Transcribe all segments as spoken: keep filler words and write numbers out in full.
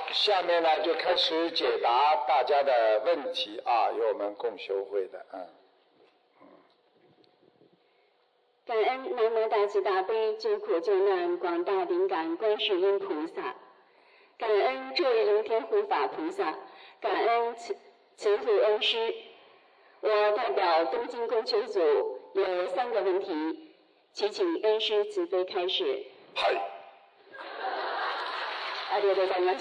下面呢就开始解答大家的问题啊，由我们共修会的，嗯。 感恩南无大慈大悲救苦救难广大灵感观世音菩萨，感恩诸位龙天护法菩萨，感恩慈慈父恩师。我代表东京共修组有三个问题，祈请恩师慈悲开示。 はい。 ありがとうございます。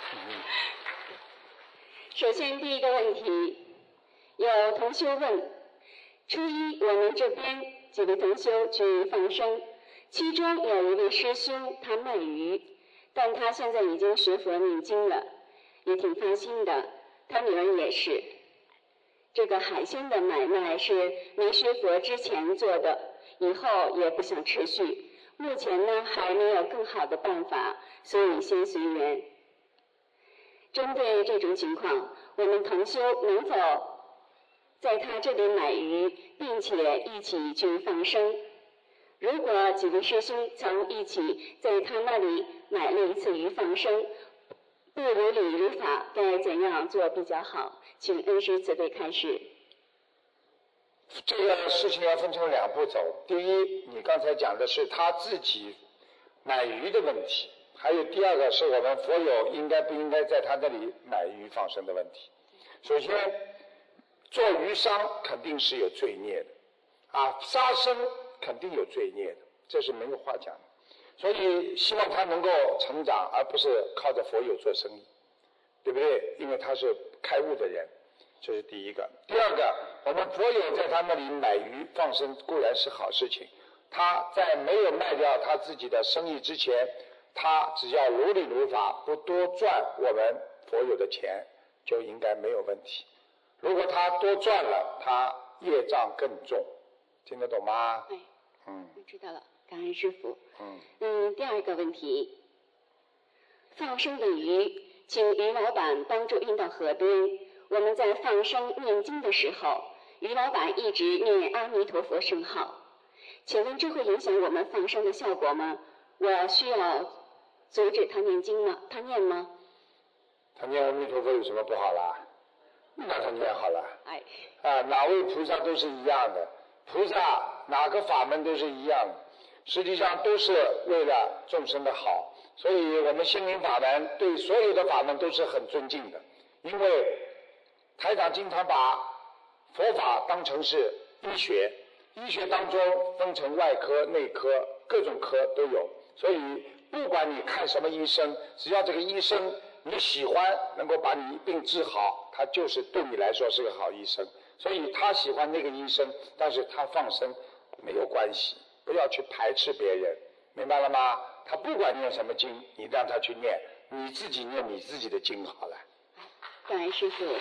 首先第一个问题，有同修问：初一我们这边几位同修去放生，其中有一位师兄他卖鱼，但他现在已经学佛念经了，也挺发心的，他女儿也是。这个海鲜的买卖是没学佛之前做的，以后也不想持续，目前呢还没有更好的办法，所以先随缘。针对这种情况，我们同修能否在他这里买鱼，并且一起去放生？如果几位师兄曾一起在他那里买了一次鱼放生，不如理如法，该怎样做比较好？请恩师慈悲开示。 这个事情要分成两步走。第一，你刚才讲的是他自己买鱼的问题，还有第二个是我们佛友应该不应该在他那里买鱼放生的问题。首先，做鱼商肯定是有罪孽的，啊，杀生肯定有罪孽的，这是没有话讲的。所以希望他能够成长，而不是靠着佛友做生意，对不对？因为他是开悟的人，这是第一个。第二个，我们佛友在他那里买鱼放生固然是好事情，他在没有卖掉他自己的生意之前，他只要如理如法，不多赚我们佛友的钱，就应该没有问题。如果他多赚了，他业障更重，听得懂吗？ 对， 嗯， 我知道了，感恩师父。 嗯嗯，第二个问题，放生的鱼，请于老板帮助运到河边。我们在放生念经的时候，于老板一直念阿弥陀佛圣号，请问这会影响我们放生的效果吗？我需要阻止他念经吗？他念吗？ 他念阿弥陀佛有什么不好啦？那他念好了。 哎， 啊，哪位菩萨都是一样的，菩萨哪个法门都是一样的，实际上都是为了众生的好，所以我们心灵法门对所有的法门都是很尊敬的，因为台长经常把佛法当成是医学，医学当中分成外科、内科，各种科都有，所以不管你看什么医生，只要这个医生你喜欢，能够把你病治好，他就是对你来说是个好医生。所以他喜欢那个医生，但是他放生没有关系，不要去排斥别人，明白了吗？他不管念什么经，你让他去念，你自己念你自己的经好了。 感恩师父。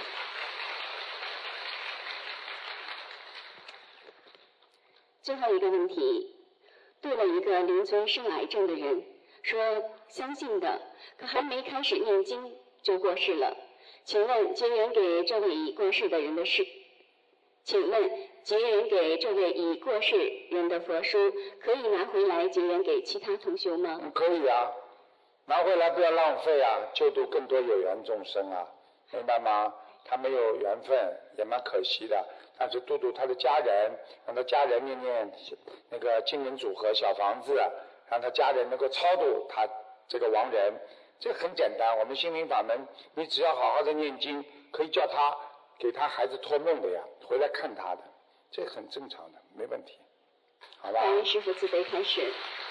最后一个问题，对了一个邻村生癌症的人，说相信的，可还没开始念经就过世了。请问结缘给这位已过世的人的事，请问结缘给这位已过世人的佛书，可以拿回来结缘给其他同修吗？ 嗯，可以啊，拿回来不要浪费啊，救度更多有缘众生啊，明白吗？他没有缘分也蛮可惜的，但是度度他的家人，让他家人念念那个经文组合小房子，让他家人能够超度他这个亡人，这个很简单。我们心灵法门，你只要好好的念经，可以叫他给他孩子托梦的呀，回来看他的，这很正常的，没问题，好吧？ 感恩师父慈悲开示。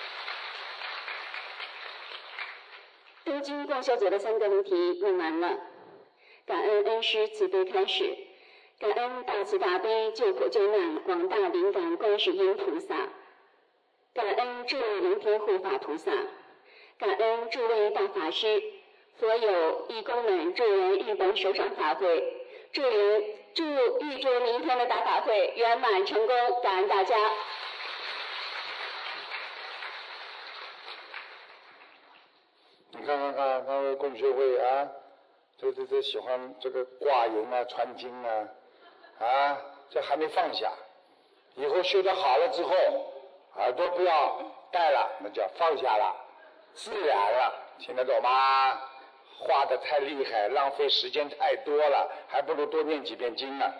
东京共修组的三个问题问完了，感恩恩师慈悲开示，感恩大慈大悲救苦救难广大灵感观世音菩萨，感恩诸位龙天护法菩萨，感恩诸位大法师，佛友义工们助人日本首场法会，祝人祝预祝明天的大法会圆满成功，感恩大家。 你看看看，他们共学会啊，这这这喜欢这个挂银啊、穿经啊，啊，这还没放下。以后修得好了之后，耳朵不要戴了，那叫放下了，自然了，听得懂吗？ 画得太厉害，浪费时间太多了，还不如多念几遍经呢。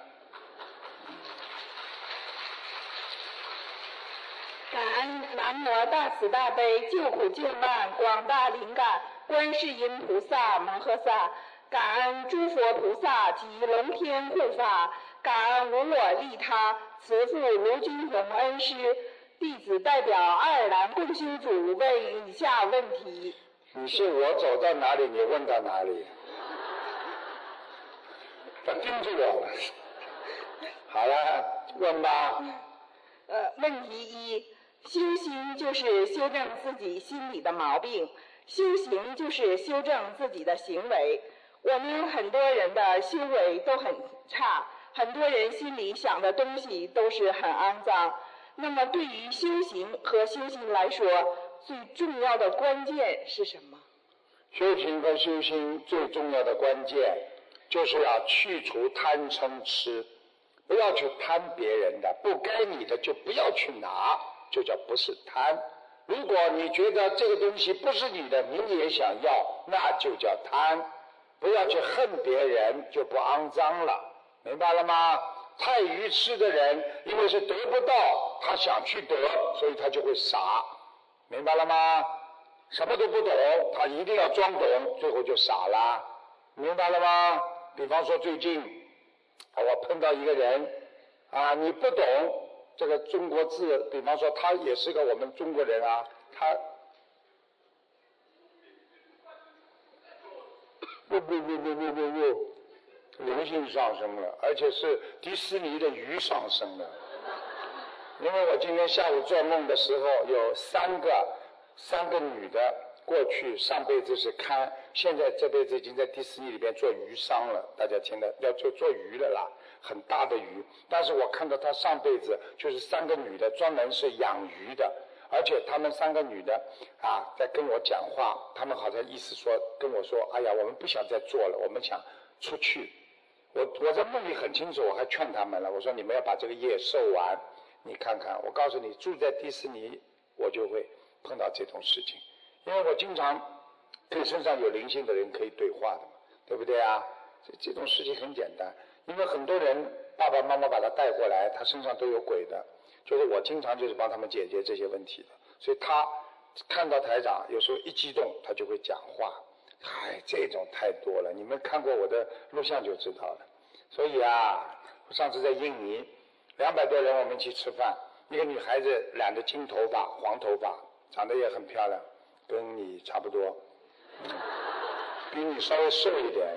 感恩南无大慈大悲救苦救难广大灵感观世音菩萨摩诃萨，感恩诸佛菩萨及龙天护法，感恩无我利他慈父卢军宏恩师。弟子代表爱尔兰共修组问以下问题。 你是我走到哪里，你问到哪里，他盯住我了。好了，问吧。 呃，问题一，修心就是修正自己心里的毛病，修行就是修正自己的行为。我们很多人的修为都很差，很多人心里想的东西都是很肮脏。那么对于修行和修行来说，最重要的关键是什么？ 修行和修心最重要的关键就是要去除贪嗔痴，不要去贪别人的，不该你的就不要去拿，就叫不是贪。如果你觉得这个东西不是你的，你也想要，那就叫贪。不要去恨别人，就不肮脏了，明白了吗？太愚痴的人，因为是得不到，他想去得，所以他就会傻，明白了吗？什么都不懂，他一定要装懂，最后就傻了，明白了吗？比方说最近我碰到一个人啊，你不懂这个中国字，比方说他也是个我们中国人啊，他不不不不不不不灵性上升了，而且是迪士尼的鱼上升了。因为我今天下午做梦的时候，有三个三个女的，过去上辈子是看，现在这辈子已经在迪士尼里边做鱼商了。大家听了要做做鱼了啦，很大的鱼。但是我看到她上辈子就是三个女的，专门是养鱼的。而且她们三个女的啊，在跟我讲话，她们好像意思说跟我说：“哎呀，我们不想再做了，我们想出去。”我我在梦里很清楚，我还劝他们了，我说你们要把这个业受完。你看看，我告诉你，住在迪士尼，我就会碰到这种事情，因为我经常跟身上有灵性的人可以对话的嘛，对不对啊？这这种事情很简单，因为很多人爸爸妈妈把他带过来，他身上都有鬼的，就是我经常就是帮他们解决这些问题的，所以他看到台长有时候一激动，他就会讲话。哎，这种太多了，你们看过我的录像就知道了。所以啊，我上次在印尼，两百多人我们一起吃饭，一个女孩子染着金头发、黄头发，长得也很漂亮，跟你差不多，嗯，比你稍微瘦一点。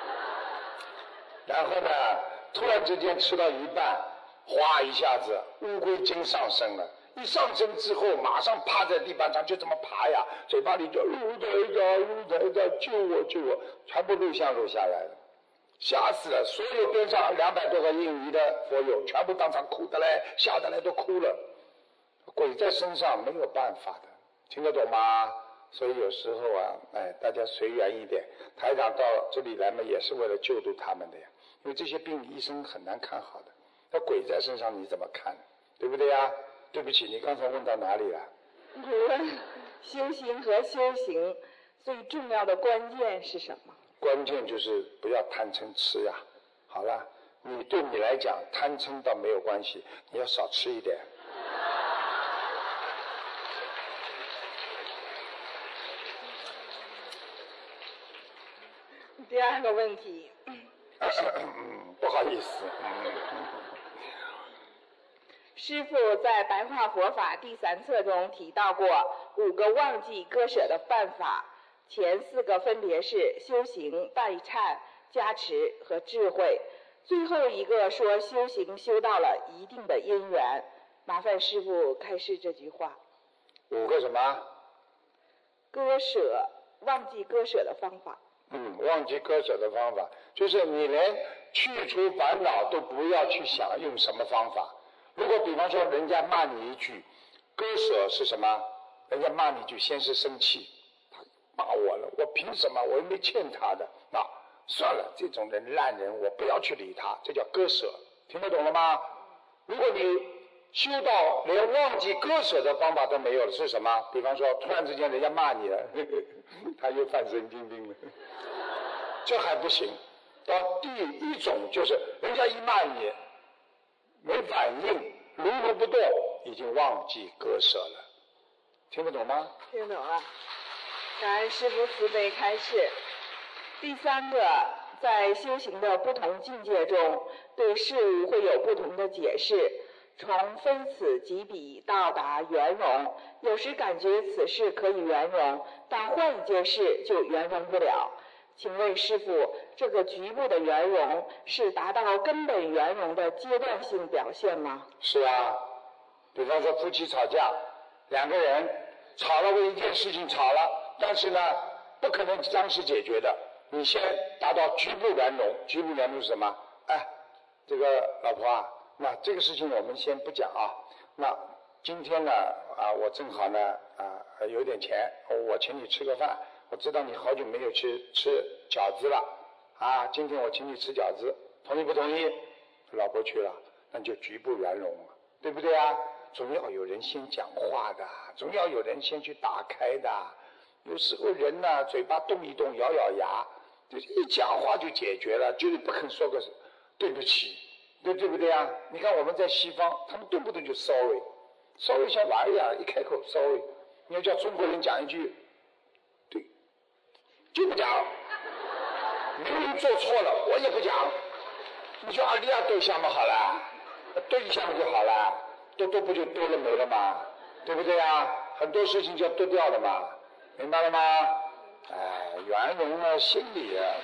然后呢，突然之间吃到一半，哗一下子乌龟精上升了。一上升之后，马上趴在地板上，就这么爬呀，嘴巴里就卢台长，卢台长，救我，救我，全部录像录下来了，吓死了！所有边上两百多个印尼的佛友，全部当场哭的嘞，吓得嘞都哭了。鬼在身上没有办法的，听得懂吗？所以有时候啊，哎，大家随缘一点。台长到这里来嘛，也是为了救度他们的呀，因为这些病医生很难看好的。那鬼在身上你怎么看？对不对呀？对不起，你刚才问到哪里了？ 我问修行和修行最重要的关键是什么？ 关键就是不要贪嗔痴呀。好了，你对你来讲贪嗔倒没有关系，你要少吃一点。 第二个问题， 嗯，不好意思。 师父在《白话佛法》第三册中提到过五个忘记割舍的办法，前四个分别是修行、拜忏、加持和智慧，最后一个说修行修到了一定的因缘。麻烦师父开示这句话。 五个什么？ 割舍，忘记割舍的方法。 嗯，忘记割舍的方法，就是你连去除烦恼都不要去想用什么方法。如果比方说人家骂你一句，割舍是什么？人家骂你一句，先是生气，他骂我了，我凭什么？我又没欠他的，那算了，这种人烂人，我不要去理他，这叫割舍，听得懂了吗？如果你修到连忘记割舍的方法都没有了，是什么？比方说，突然之间人家骂你了，呵呵他又犯神经病了，这还不行。到第一种就是人家一骂你，没反应，如如不动，已经忘记割舍了，听得懂吗？ 听懂了。感恩师父慈悲开示。第三个，在修行的不同境界中，对事物会有不同的解释。从非此即彼到达圆融，有时感觉此事可以圆融，但换一件事就圆融不了。请问师父，这个局部的圆融是达到根本圆融的阶段性表现吗？ 是啊，比方说夫妻吵架，两个人吵了为一件事情吵了，但是呢，不可能当时解决的。你先达到局部圆融，局部圆融是什么？哎，这个老婆啊，那这个事情我们先不讲啊。那今天呢，啊，我正好呢，啊，有点钱，我请你吃个饭。我知道你好久没有去吃饺子了，啊，今天我请你吃饺子，同意不同意？老婆去了，那就局部圆融了，对不对啊？总要有人先讲话的，总要有人先去打开的。有时候人呢，嘴巴动一动，咬咬牙，就是一讲话就解决了，就是不肯说个对不起，对对不对啊？你看我们在西方，他们动不动就 sorry，sorry 像玩一样，一开口 sorry。你要叫中国人讲一句，对，就不讲。明明做错了，我也不讲。你说阿利亚对一下嘛好了，对一下就好了，多多不就多了没了吗？对不对啊？很多事情就要剁掉了嘛，明白了吗？哎，圆融了心理啊。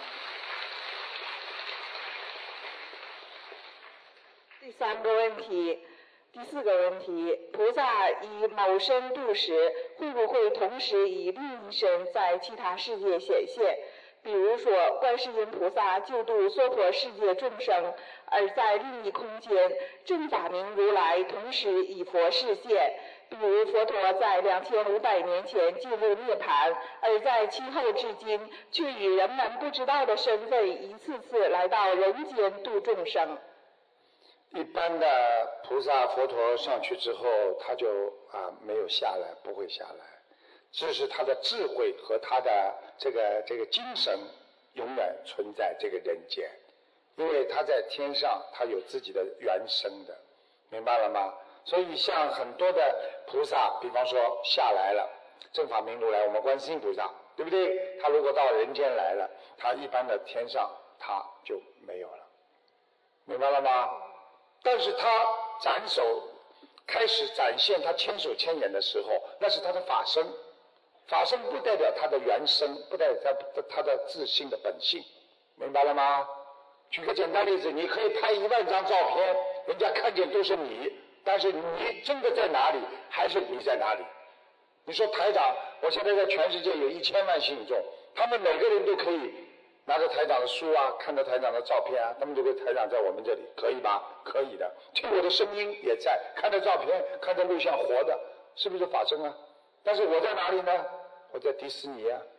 第三个问题，第四个问题，菩萨以某身度时，会不会同时以另一身在其他世界显现？比如说，观世音菩萨救度娑婆世界众生，而在另一空间，正法明如来同时以佛示现。比如佛陀在两千五百年前进入涅槃，而在其后至今，却以人们不知道的身份，一次次来到人间度众生。 一般的菩萨佛陀上去之后，他就啊没有下来，不会下来。这是他的智慧和他的这个这个精神永远存在这个人间，因为他在天上，他有自己的原生的，明白了吗？所以像很多的菩萨，比方说下来了，正法明如来，我们观世音菩萨，对不对？他如果到人间来了，他一般的天上他就没有了，明白了吗？但是他展手开始展现他千手千眼的时候，那是他的法身。法身不代表他的原生，不代表他他的自性的本性，明白了吗？举个简单例子，你可以拍一万张照片，人家看见都是你，但是你真的在哪里，还是你在哪里？你说台长，我现在在全世界有一千万信众，他们每个人都可以拿着台长的书啊，看着台长的照片啊，他们都跟台长在我们这里，可以吧？可以的。听我的声音也在，看着照片，看着录像，活的，是不是法身啊？但是我在哪里呢？我在迪士尼啊。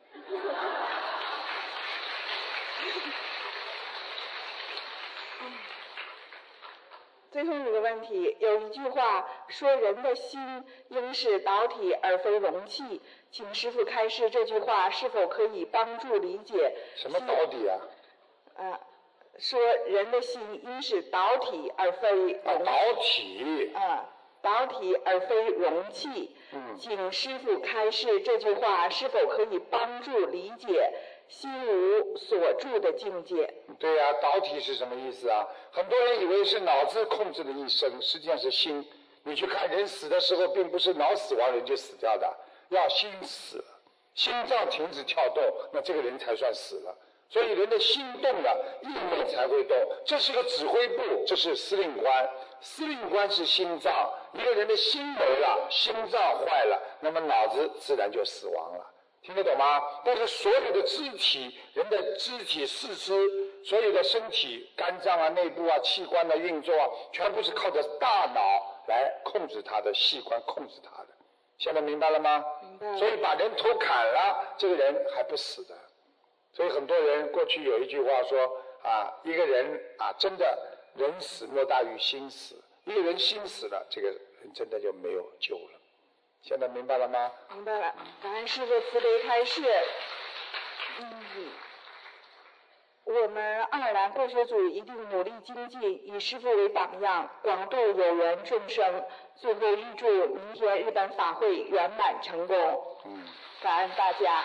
最后一个问题，有一句话说人的心应是导体而非容器，请师父开示这句话是否可以帮助理解？ 什么导体啊？ 啊，说人的心应是导体而非容器。 啊，导体。 啊，导体而非容器。 嗯。 请师父开示这句话是否可以帮助理解心无所住的境界？ 对呀、啊，导体是什么意思啊？很多人以为是脑子控制了一生，实际上是心。你去看人死的时候，并不是脑死亡人就死掉的，要心死，心脏停止跳动，那这个人才算死了。所以人的心动了，意念才会动。这是个指挥部，这是司令官，司令官是心脏。一个人的心没了，心脏坏了，那么脑子自然就死亡了。听得懂吗？但是所有的肢体，人的肢体四肢，所有的身体肝脏啊、内部啊、器官的运作啊，全部是靠着大脑来控制它的，器官控制它的。现在明白了吗？ 明白了。 所以把人头砍了，这个人还不死的。所以很多人过去有一句话说啊，一个人啊，真的人死莫大于心死。 一个人心死了，这个人真的就没有救了。现在明白了吗？ 明白了，感恩师父慈悲开示。嗯，我们爱尔兰共修组一定努力精进，以师父为榜样，广度有缘众生。最后预祝明天日本法会圆满成功。 嗯， 感恩大家。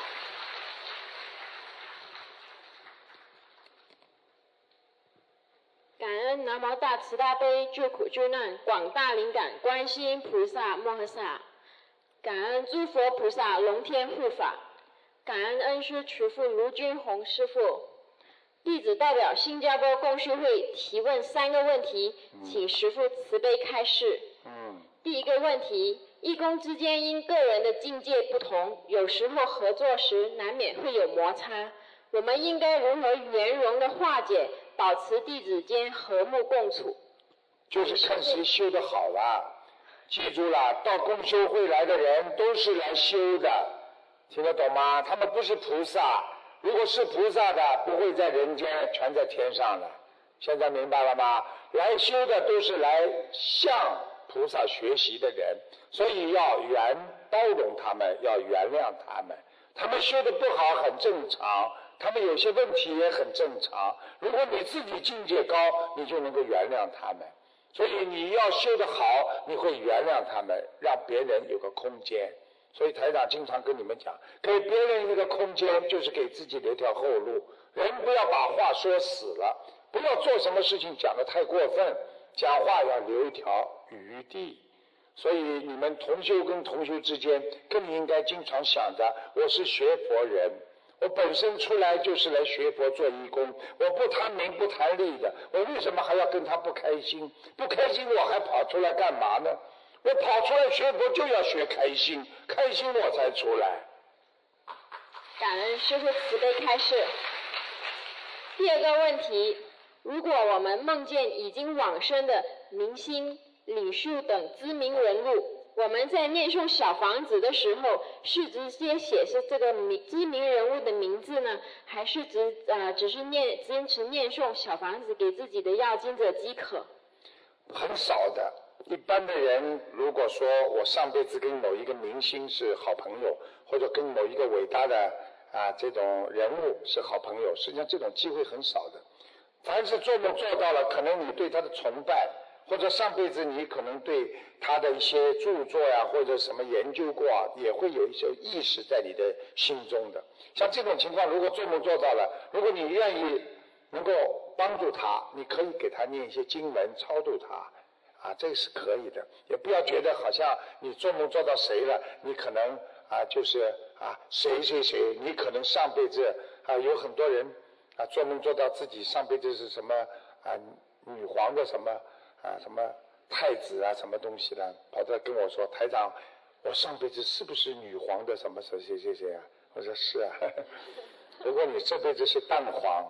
感恩南无大慈大悲救苦救难广大灵感观世音菩萨摩诃萨，感恩诸佛菩萨龙天护法，感恩恩师慈父卢军宏师父。弟子代表新加坡共修会提问三个问题，请师父慈悲开示。 嗯。 第一个问题，义工之间因个人的境界不同，有时候合作时难免会有摩擦，我们应该如何圆融的化解，保持弟子间和睦共处？ 就是看谁修得好啊！记住了，到共修会来的人都是来修的，听得懂吗？他们不是菩萨，如果是菩萨的，不会在人间，全在天上了。现在明白了吗？来修的都是来向菩萨学习的人，所以要原包容他们，要原谅他们。他们修得不好很正常，他们有些问题也很正常。如果你自己境界高，你就能够原谅他们。所以你要修得好，你会原谅他们，让别人有个空间。所以台长经常跟你们讲，给别人一个空间，就是给自己留条后路。人不要把话说死了，不要做什么事情讲得太过分，讲话要留一条余地。所以你们同修跟同修之间更应该经常想着，我是学佛人，我本身出来就是来学佛做义工，我不贪名不贪利的，我为什么还要跟他不开心？不开心我还跑出来干嘛呢？我跑出来学佛就要学开心，开心我才出来。 感恩师父慈悲开示。第二个问题，如果我们梦见已经往生的明星、领袖等知名人物，我们在念诵小房子的时候，是直接写是这个名知名人物的名字呢，还是只呃只是念坚持念诵小房子给自己的要经者即可？ 很少的。一般的人如果说我上辈子跟某一个明星是好朋友，或者跟某一个伟大的啊这种人物是好朋友，实际上这种机会很少的。凡是做梦做到了，可能你对他的崇拜，或者上辈子你可能对他的一些著作呀、啊、或者什么研究过啊，也会有一些意识在你的心中的。像这种情况，如果做梦做到了，如果你愿意能够帮助他，你可以给他念一些经文超度他啊，这个是可以的。也不要觉得好像你做梦做到谁了，你可能啊就是啊谁谁谁，你可能上辈子啊有很多人啊做梦做到自己上辈子是什么啊女皇的什么啊什么太子啊什么东西了，跑出来跟我说，台长，我上辈子是不是女皇的什么谁谁谁谁啊？我说是啊。如果你这辈子是蛋黄。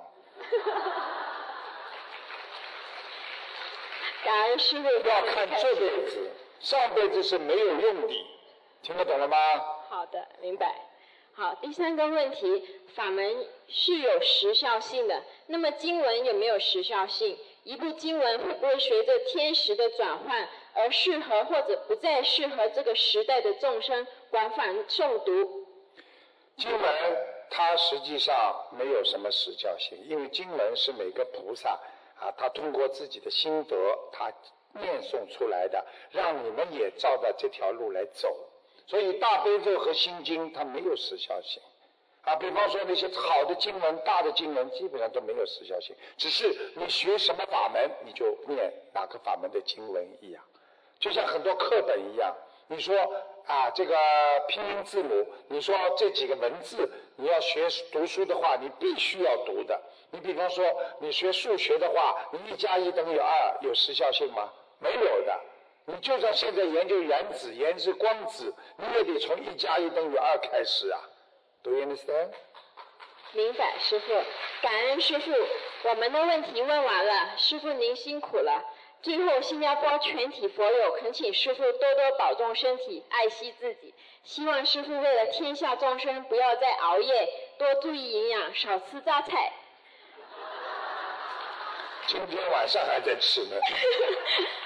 感恩师父。 要看这辈子，上辈子是没有用的，听得懂了吗？ 好的，明白。好，第三个问题，法门是有时效性的，那么经文有没有时效性？一部经文会不会随着天时的转换而适合或者不再适合这个时代的众生广泛诵读？ 经文它实际上没有什么时效性，因为经文是每个菩萨啊，他通过自己的心得，他念诵出来的，让你们也照着这条路来走。所以大悲咒和心经它没有时效性啊。比方说那些好的经文、大的经文，基本上都没有时效性，只是你学什么法门，你就念哪个法门的经文一样。就像很多课本一样，你说啊这个拼音字母，你说这几个文字，你要学读书的话，你必须要读的。你比方说你学数学的话，你一加一等于二，有时效性吗？没有的。你就算现在研究原子、研究光子，你也得从一加一等于二开始啊。Do you understand？ 明白，师父。感恩师父，我们的问题问完了，师父您辛苦了。最后，新加坡全体佛友恳请师父多多保重身体，爱惜自己。希望师父为了天下众生，不要再熬夜，多注意营养，少吃榨菜。 今天晚上还在吃呢。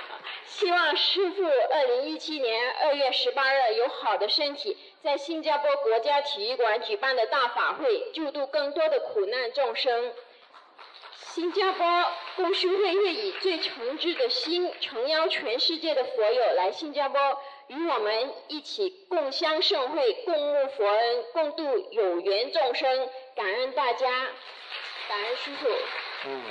希望师父二零一七年二月十八日有好的身体，在新加坡国家体育馆举办的大法会，救度更多的苦难众生。新加坡共修会愿以最诚挚的心，诚邀全世界的佛友来新加坡，与我们一起共襄盛会，共沐佛恩，共度有缘众生。感恩大家，感恩师父。 嗯，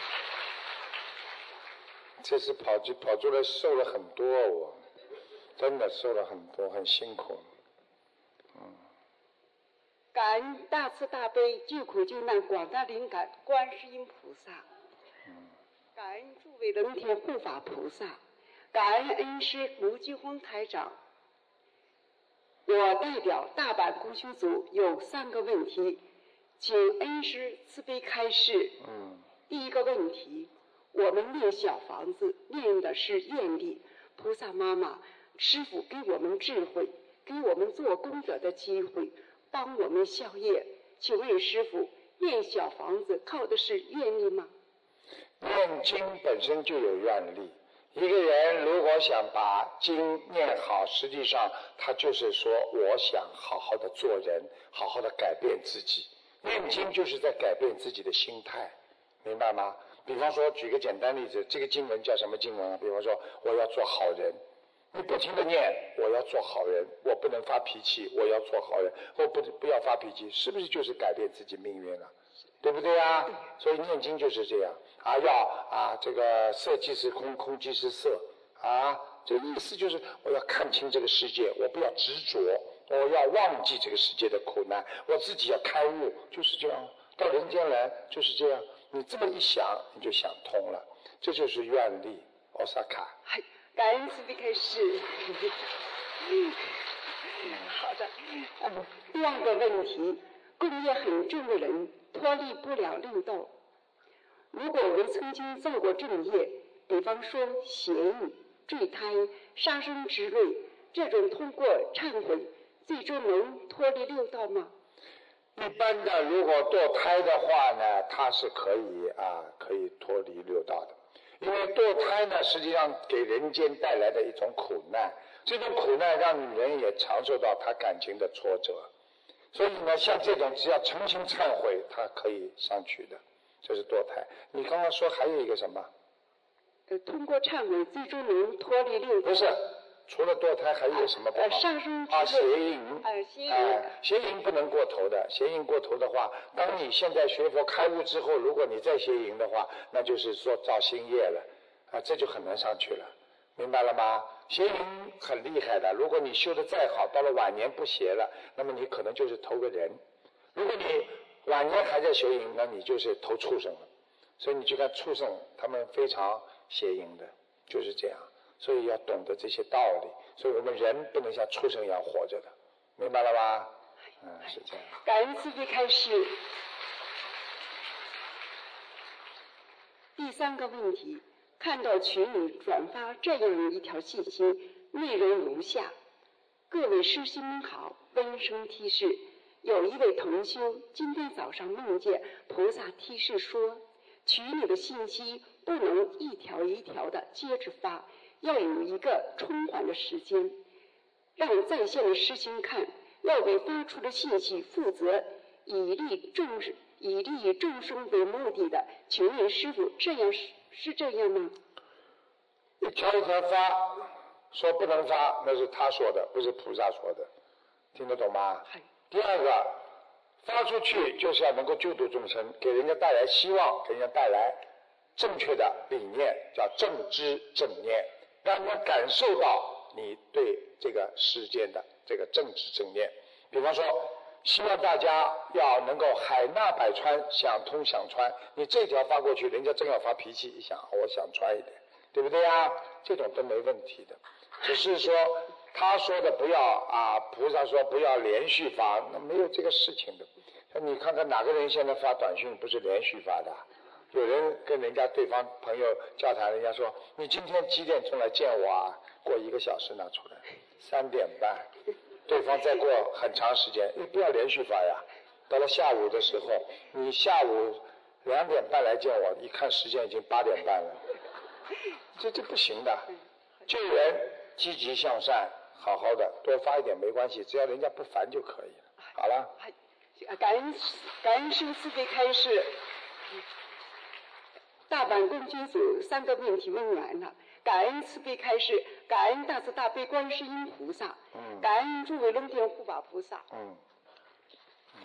这次跑去跑出来瘦了很多，我真的瘦了很多，很辛苦。嗯。 感恩大慈大悲救苦救难广大灵感观世音菩萨，感恩诸位龙天护法菩萨，感恩恩师卢继红台长。我代表大阪共修组有三个问题，请恩师慈悲开示。 嗯。 第一个问题，我们念小房子念的是愿力，菩萨妈妈、师父给我们智慧，给我们做功德的机会，帮我们消业。请问师父，念小房子靠的是愿力吗？ 念经本身就有愿力。一个人如果想把经念好，实际上他就是说我想好好的做人，好好的改变自己。念经就是在改变自己的心态，明白吗？比方说举个简单例子，这个经文叫什么经文啊？比方说我要做好人，你不停的念我要做好人，我不能发脾气，我要做好人，或不不要发脾气，是不是就是改变自己命运了？对不对啊？所以念经就是这样啊，要啊这个色即是空，空即是色啊，这个意思就是我要看清这个世界，我不要执着，我要忘记这个世界的苦难，我自己要开悟，就是这样，到人间来就是这样，你这么一想你就想通了，这就是愿力。奥萨卡。 はい、感恩慈悲开示。好的，嗯，第二个问题，功业很重的人脱离不了六道。如果我们曾经造过正业，比方说邪淫、坠胎、杀生之类，这种通过忏悔，最终能脱离六道吗？ 一般的，如果堕胎的话呢，它是可以啊，可以脱离六道的。因为堕胎呢，实际上给人间带来的一种苦难，这种苦难让女人也尝受到她感情的挫折。所以呢，像这种只要诚心忏悔，它可以上去的，这是堕胎。你刚刚说还有一个什么？ 呃，通过忏悔最终能脱离六道。 不是，除了堕胎还有什么不好？ 呃，上升啊，邪淫。 呃，邪淫。 哎，邪淫不能过头的，邪淫过头的话，当你现在学佛开悟之后，如果你再邪淫的话，那就是说造新业了，啊，这就很难上去了，明白了吗？邪淫很厉害的，如果你修得再好，到了晚年不邪了，那么你可能就是投个人；如果你晚年还在邪淫，那你就是投畜生了。所以你去看畜生，他们非常邪淫的，就是这样。所以要懂得这些道理，所以我们人不能像畜生一样活着的，明白了吧？嗯，是这样。 感恩慈悲开示。第三个问题，看到群里转发这样一条信息，内容如下：各位师兄们好，温声提示，有一位同修今天早上梦见菩萨提示说，群里的信息不能一条一条的接着发，要有一个充缓的时间，让在线的师兄看，要为发出的信息负责，以利众生以利众生为目的的。请问师父，这样是是这样吗？ 一条一条发，说不能发，那是他说的，不是菩萨说的，听得懂吗？第二个，发出去就是要能够救度众生，给人家带来希望，给人家带来正确的理念，叫正知正念，让人家感受到你对这个世间的这个正知正念。比方说，希望大家要能够海纳百川，想通想穿。你这条发过去，人家正要发脾气，一想我想穿一点，对不对啊？这种都没问题的，只是说他说的不要啊，菩萨说不要连续发，那没有这个事情的。你看看哪个人现在发短信不是连续发的？有人跟人家对方朋友交谈，人家说你今天几点钟来见我啊？过一个小时拿出来，三点半。对方再过很长时间，你不要连续发呀。到了下午的时候，你下午两点半来见我，一看时间已经八点半了，这这不行的救人积极向善，好好的多发一点没关系，只要人家不烦就可以了。好了。 感恩感恩师父慈悲开示。大阪共居组三个问题问完了，感恩慈悲开示，感恩大慈大悲观世音菩萨， 嗯， 感恩诸位龙天护法菩萨。 嗯嗯。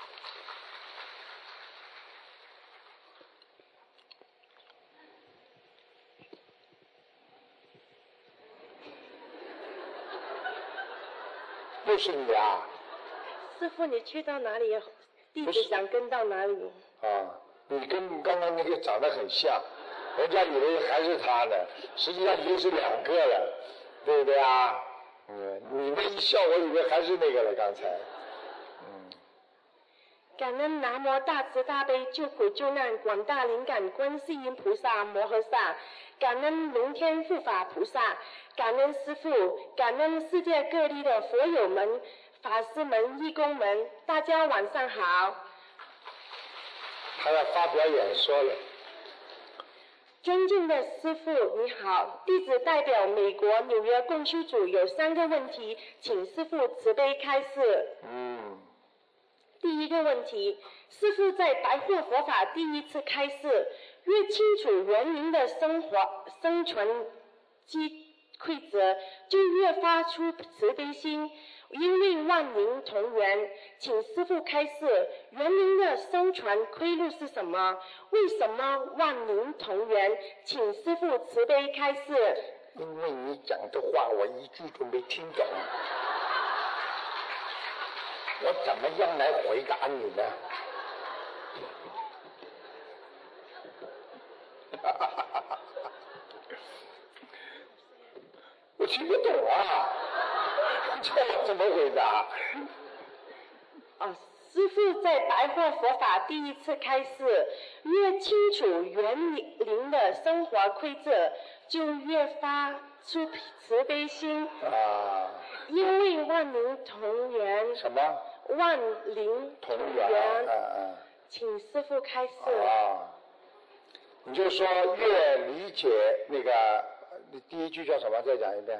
又是你啊！ 师父，你去到哪里，弟子想跟到哪里。 啊，你跟刚刚那个长得很像，人家以为还是他呢，实际上已经是两个了，对不对啊？嗯，你那一笑，我以为还是那个了，刚才。嗯。 感恩南无大慈大悲救苦救难广大灵感观世音菩萨摩诃萨，感恩龙天护法菩萨，感恩师父，感恩世界各地的佛友们、法师们、义工们，大家晚上好。 他要发表演说了。 尊敬的师父你好，弟子代表美国纽约共修组有三个问题，请师父慈悲开示。 嗯。 第一个问题，师父在白话佛法第一次开示，越清楚人民的生活生存机规则，就越发出慈悲心，因为万民同源。请师父开示，人民的生存规律是什么？为什么万民同源？请师父慈悲开示。 因为你讲的话我一句都没听懂，我怎么样来回答你呢？我听不懂啊，叫我怎么回答？ 哦，师父在白话佛法第一次开示，越清楚园林的生活规则，就越发出慈悲心。 啊。 因为万民同源。 什么？ 万灵同源。 源。嗯嗯。 请师父开示。 啊。你就说越理解那个，第一句叫什么？再讲一遍。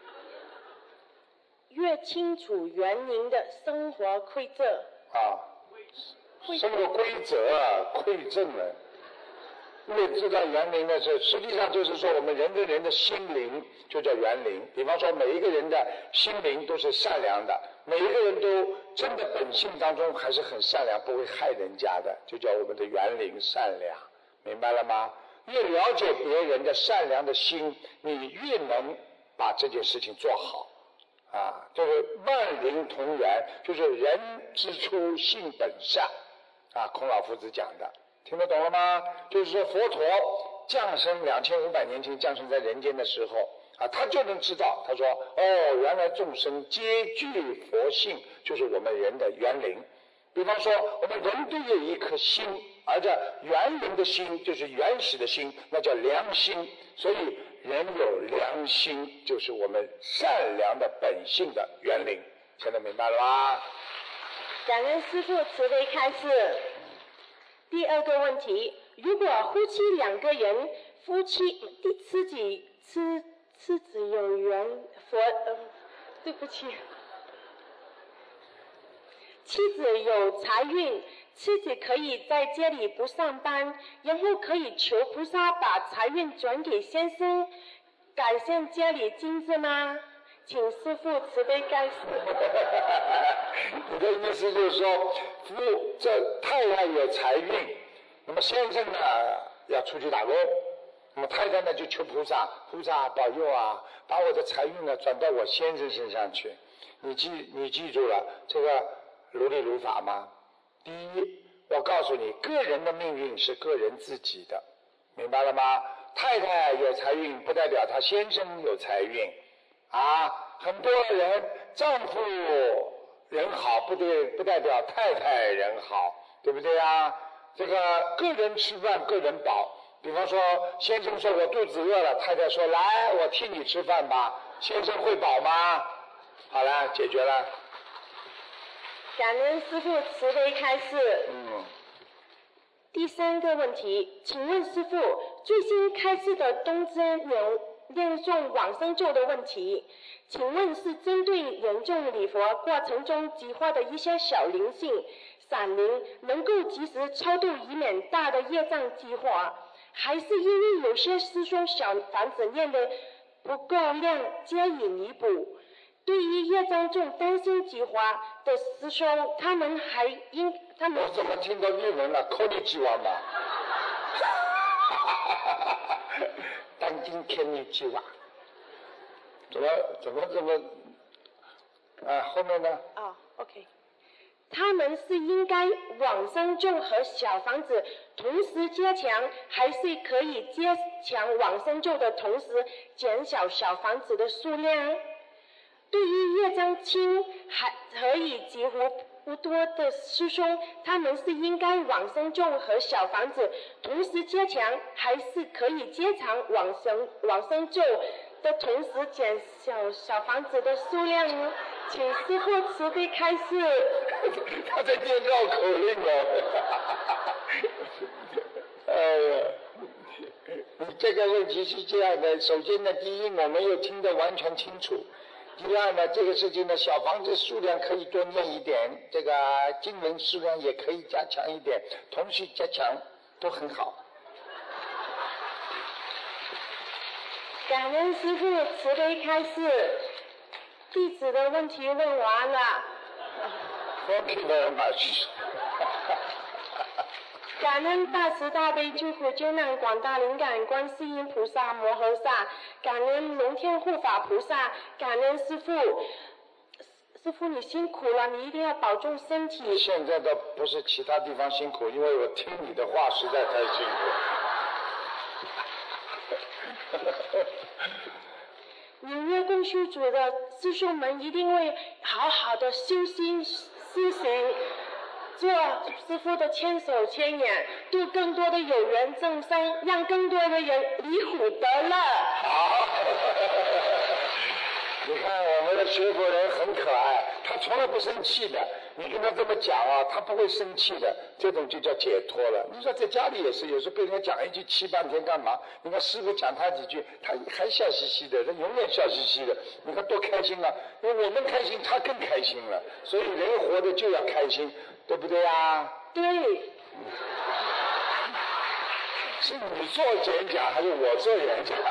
越清楚园林的生活规则。 啊。生活规则啊，馈赠了。越知道园林的时候，实际上就是说我们人跟人的心灵就叫园林。比方说每一个人的心灵都是善良的，每一个人都真的本性当中还是很善良，不会害人家的，就叫我们的园林善良。明白了吗？越了解别人的善良的心，你越能把这件事情做好。啊，就是万灵同源，就是人之初性本善。啊，孔老夫子讲的，听得懂了吗？就是说佛陀降生两千五百年前降生在人间的时候，啊，他就能知道，他说，哦，原来众生皆具佛性，就是我们人的园林。比方说，我们人都有一颗心，而这园林的心就是原始的心，那叫良心。所以人有良心，就是我们善良的本性的园林。现在明白了吧？ 感恩师父慈悲开示。第二个问题，如果夫妻两个人，夫妻自己妻妻子有缘佛，呃，对不起，妻子有财运，妻子可以在家里不上班，然后可以求菩萨把财运转给先生，改善家里经济吗？请师父慈悲开示。 你的意思就是说，夫这太太有财运，那么先生呢要出去打工，那么太太呢就求菩萨，菩萨保佑啊，把我的财运呢转到我先生身上去。你记你记住了这个如理如法吗？第一，我告诉你，个人的命运是个人自己的，明白了吗？太太有财运不代表她先生有财运。啊，很多人丈夫人好不对，不代表太太人好，对不对啊？这个个人吃饭个人饱。比方说，先生说我肚子饿了，太太说来我替你吃饭吧，先生会饱吗？好了，解决了。 感恩师父慈悲开示。 嗯。 第三个问题，请问师父，最新开示的东真牛念诵往生咒的问题，请问是针对严重礼佛过程中激化的一些小灵性、闪灵，能够及时超度以免大的业障激化，还是因为有些师兄小房子念的不够量加以弥补？对于业障重担心激化的师兄，他们还应他们我怎么听到日文了？扣你几万嘛？当今天你几万？怎么怎么怎么？啊，后面呢？ 哦 ，OK。他们是应该往生咒和小房子同时加强，还是可以加强往生咒的同时减少小房子的数量？对于业障轻还可以激活不多的师兄，他们是应该往生咒和小房子同时加强，还是可以加强往生往生咒的同时减少小房子的数量呢？请师父慈悲开示。 他在念绕口令哦。哎呀，你这个问题是这样的，首先呢，第一我没有听得完全清楚。第二呢，这个事情呢，小房子数量可以多念一点，这个经文数量也可以加强一点，同时加强都很好。 感恩师父慈悲开示，弟子的问题问完了。 Thank you very much. 感恩大慈大悲救苦救难广大灵感观世音菩萨摩诃萨，感恩龙天护法菩萨，感恩师父。师父你辛苦了，你一定要保重身体。 现在倒不是其他地方辛苦，因为我听你的话实在太辛苦。 纽约共修组的师兄们一定会好好的修心修行，做师父的千手千眼，度更多的有缘众生，让更多的人离苦得乐。 好，你看我们的学佛人很可爱，他从来不生气的。你跟他这么讲啊，他不会生气的，这种就叫解脱了。你说在家里也是，有时候被人家讲一句气半天干嘛？你看师父讲他几句，他还笑嘻嘻的，他永远笑嘻嘻的，你看多开心啊！因为我们开心，他更开心了。所以人活着就要开心，对不对啊？ 对。 是你做演讲还是我做演讲？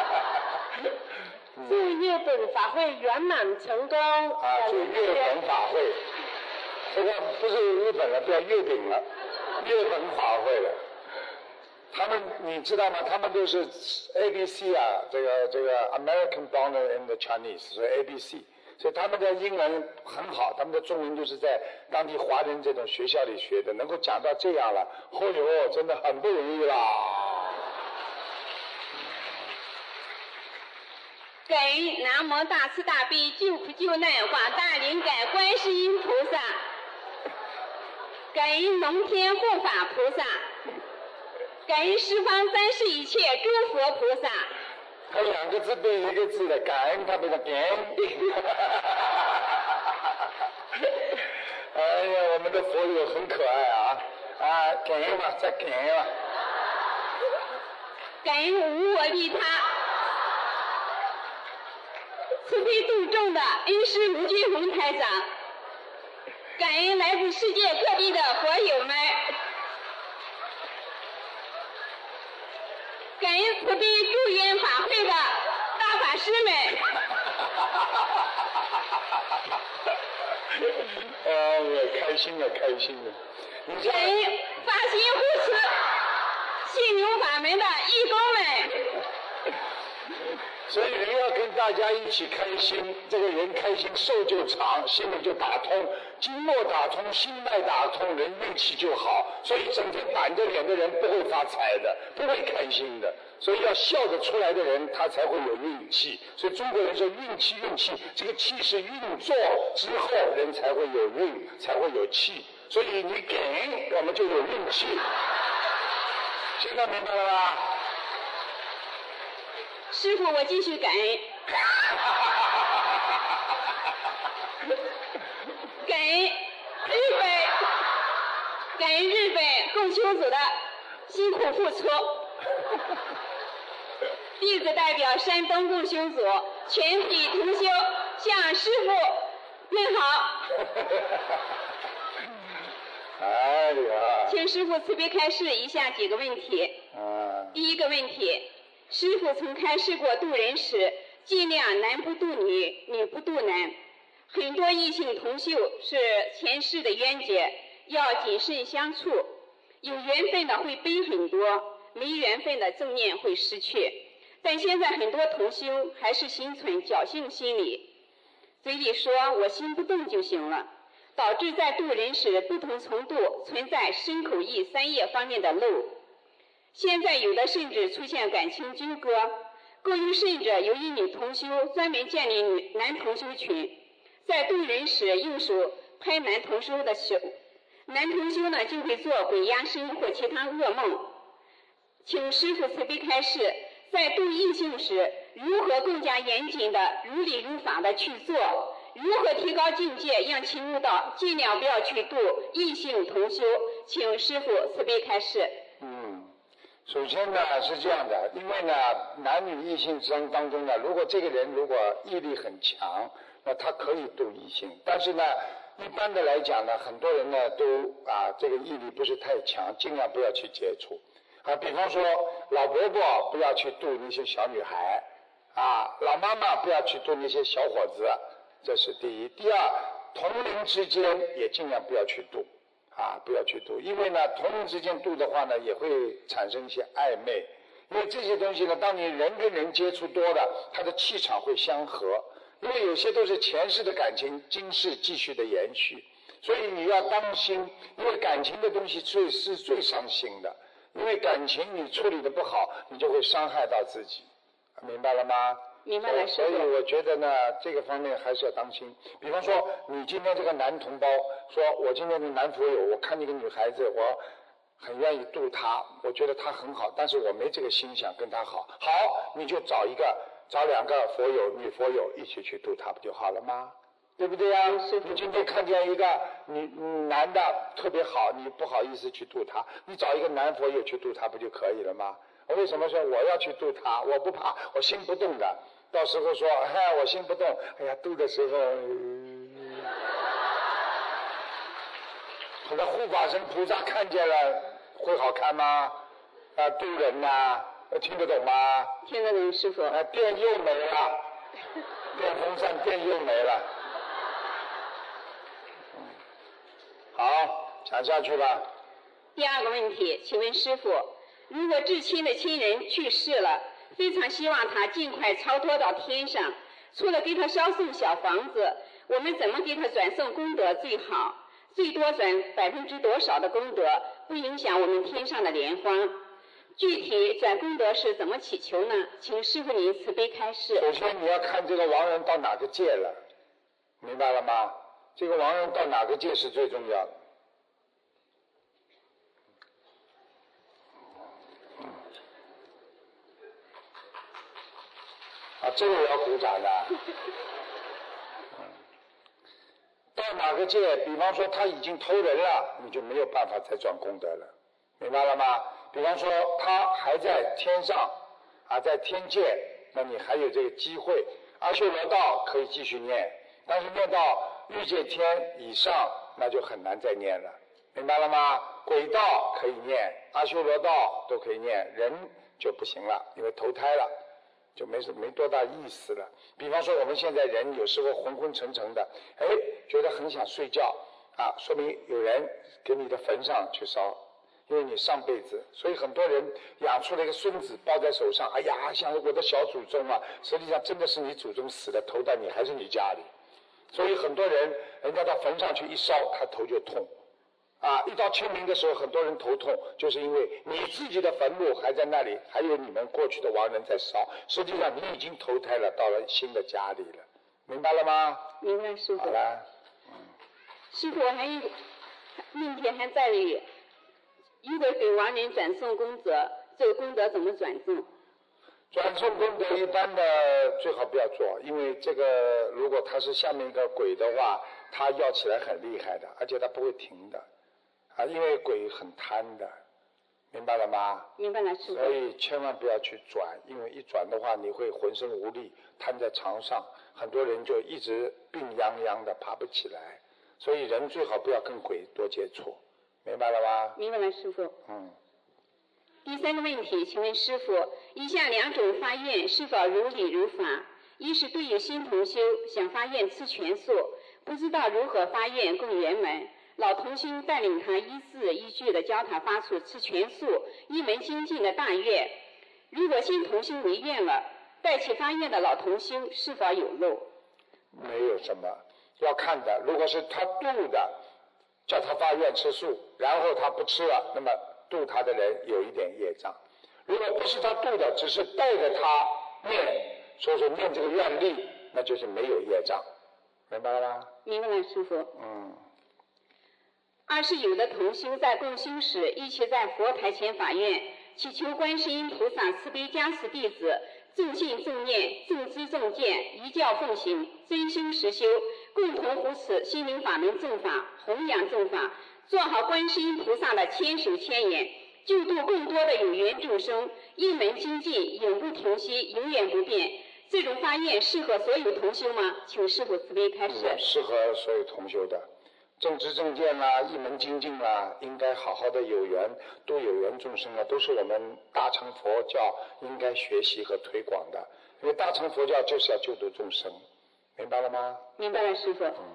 祝日本法会圆满成功。 啊，祝日本法会。这个不是日本了，不要月饼了，日本法会了。他们你知道吗？他们都是 A B C 啊，这个这个 American born in the Chinese， 所以 A B C， 所以他们的英文很好，他们的中文就是在当地华人这种学校里学的，能够讲到这样了，哦哟，真的很不容易啦。 感恩南无大慈大悲救苦救难广大灵感观世音菩萨，感恩龙天护法菩萨，感恩十方三世一切诸佛菩萨。 他两个字变一个字的，感恩他变成感恩。哎呀，我们的佛友很可爱啊！啊，感恩吧，再感恩吧。 感恩无我利他。慈悲度众的恩师卢军宏台长，感恩来自世界各地的佛友们，感恩慈悲助缘法会的大法师们。 哎呀，开心了，开心了！ 感恩发心护持心灵法门的义工们。 所以人要跟大家一起开心，这个人开心寿就长，心里就打通，经络打通，心脉打通，人运气就好。所以整天板着脸的人不会发财的，不会开心的。所以要笑得出来的人，他才会有运气。所以中国人说运气运气，这个气是运作之后人才会有运，才会有气。所以你给我们就有运气。现在明白了吧？ 师父，我继续感恩，感恩日本，感恩日本共修组的辛苦付出， 弟子代表山东共修组全体同修向师父问好。 哎呀！ 请师父慈悲开示以下几个问题。 啊。 第一个问题，师父曾开示过度人时，尽量男不度女，女不度男。很多异性同修是前世的冤结，要谨慎相处。有缘分的会背很多，没缘分的正念会失去。但现在很多同修还是心存侥幸心理，嘴里说我心不动就行了，导致在度人时不同程度存在身口意三业方面的漏。现在有的甚至出现感情纠葛，更有甚者有一女同修专门建立女男同修群，在度人时用手拍男同修的手，男同修呢就会做鬼压身或其他噩梦。请师父慈悲开示，在度异性时如何更加严谨的如理如法的去做，如何提高境界让其悟道，尽量不要去度异性同修，请师父慈悲开示。 嗯，首先呢是这样的，因为呢男女异性之争当中呢，如果这个人如果毅力很强，那他可以度异性，但是呢一般的来讲呢，很多人呢都啊这个毅力不是太强，尽量不要去接触啊。比方说老伯伯不要去度那些小女孩啊，老妈妈不要去度那些小伙子，这是第一。第二，同龄之间也尽量不要去度啊，不要去度，因为呢同龄之间度的话呢，也会产生一些暧昧。因为这些东西呢，当你人跟人接触多了，它的气场会相合。因为有些都是前世的感情，今世继续的延续，所以你要当心，因为感情的东西最是最伤心的，因为感情你处理的不好，你就会伤害到自己，明白了吗？ 明白了， 所以我觉得呢，这个方面还是要当心。比方说，你今天这个男同胞说，我今天的男佛友，我看那个女孩子，我很愿意度她，我觉得她很好，但是我没这个心想跟她好。好，你就找一个。找两个佛友、女佛友一起去度他不就好了吗？对不对呀？你今天看见一个女男的特别好，你不好意思去度他，你找一个男佛友去度他不就可以了吗？为什么说我要去度他？我不怕，我心不动的。到时候说，哎，我心不动，哎呀，度的时候，后来护法神菩萨看见了，会好看吗？啊，度人呐、啊。听得懂吗？ 听得懂，师父。 啊，电又没了，电风扇电又没了。嗯、好，讲下去吧。 第二个问题，请问师父，如果至亲的亲人去世了，非常希望他尽快超脱到天上，除了给他烧送小房子，我们怎么给他转送功德最好？最多转百分之多少的功德，不影响我们天上的莲花？具体转功德是怎么祈求呢？请师父您慈悲开示。 首先你要看这个亡人到哪个界了，明白了吗？这个亡人到哪个界是最重要的。啊，这个我要鼓掌的。到哪个界，比方说他已经投人了，你就没有办法再转功德了，明白了吗？比方说他还在天上啊，在天界，那你还有这个机会。阿修罗道可以继续念，但是念到欲界天以上，那就很难再念了，明白了吗？鬼道可以念，阿修罗道都可以念，人就不行了，因为投胎了，就没没多大意思了。比方说我们现在人有时候昏昏沉沉的，哎，觉得很想睡觉啊，说明有人给你的坟上去烧。因为你上辈子，所以很多人养出了一个孙子抱在手上，哎呀，像我的小祖宗啊，实际上真的是你祖宗死了，投到你还是你家里。所以很多人，人家到坟上去一烧，他头就痛。啊，一到清明的时候，很多人头痛，就是因为你自己的坟墓还在那里，还有你们过去的亡人在烧，实际上你已经投胎了，到了新的家里了，明白了吗？ 明白，师父。 好了。 嗯、师父，还有问题还在于。如果给亡人转送功德，这个功德怎么转送？ 转送功德一般的最好不要做，因为这个如果他是下面一个鬼的话，他要起来很厉害的，而且他不会停的啊，因为鬼很贪的， 明白了吗？ 明白了，师傅。 所以千万不要去转，因为一转的话，你会浑身无力，瘫在床上，很多人就一直病殃殃的爬不起来。所以人最好不要跟鬼多接触，明白了吗？ 明白了，师傅。 嗯。 第三个问题，请问师傅，以下两种发愿是否如理如法？一是对于新同修想发愿吃全素，不知道如何发愿更圆满，老同修带领他一字一句的教他发出吃全素一门精进的大愿。如果新同修违愿了，带其发愿的老同修是否有漏？ 没有什么要看的，如果是他度的，叫他发愿吃素，然后他不吃了，那么度他的人有一点业障。如果不是他度的，只是带着他念，说说念这个愿力，那就是没有业障，明白了吗？ 明白了，师傅。 嗯。 二是有的同修在共修时，一起在佛台前法愿，祈求观世音菩萨慈悲加持弟子，正信正念，正知正见，一教奉行，真修实修，共同扶持心灵法门正法，弘扬正法，做好观世音菩萨的千手千眼，救度更多的有缘众生，一门精进，永不停息，永远不变。这种发愿适合所有同修吗？请师父慈悲开示。 嗯，适合所有同修的，正知正见啦，一门精进啦，应该好好的有缘，度有缘众生啊，都是我们大乘佛教应该学习和推广的。因为大乘佛教就是要救度众生，明白了吗？ 明白了，师父。 嗯。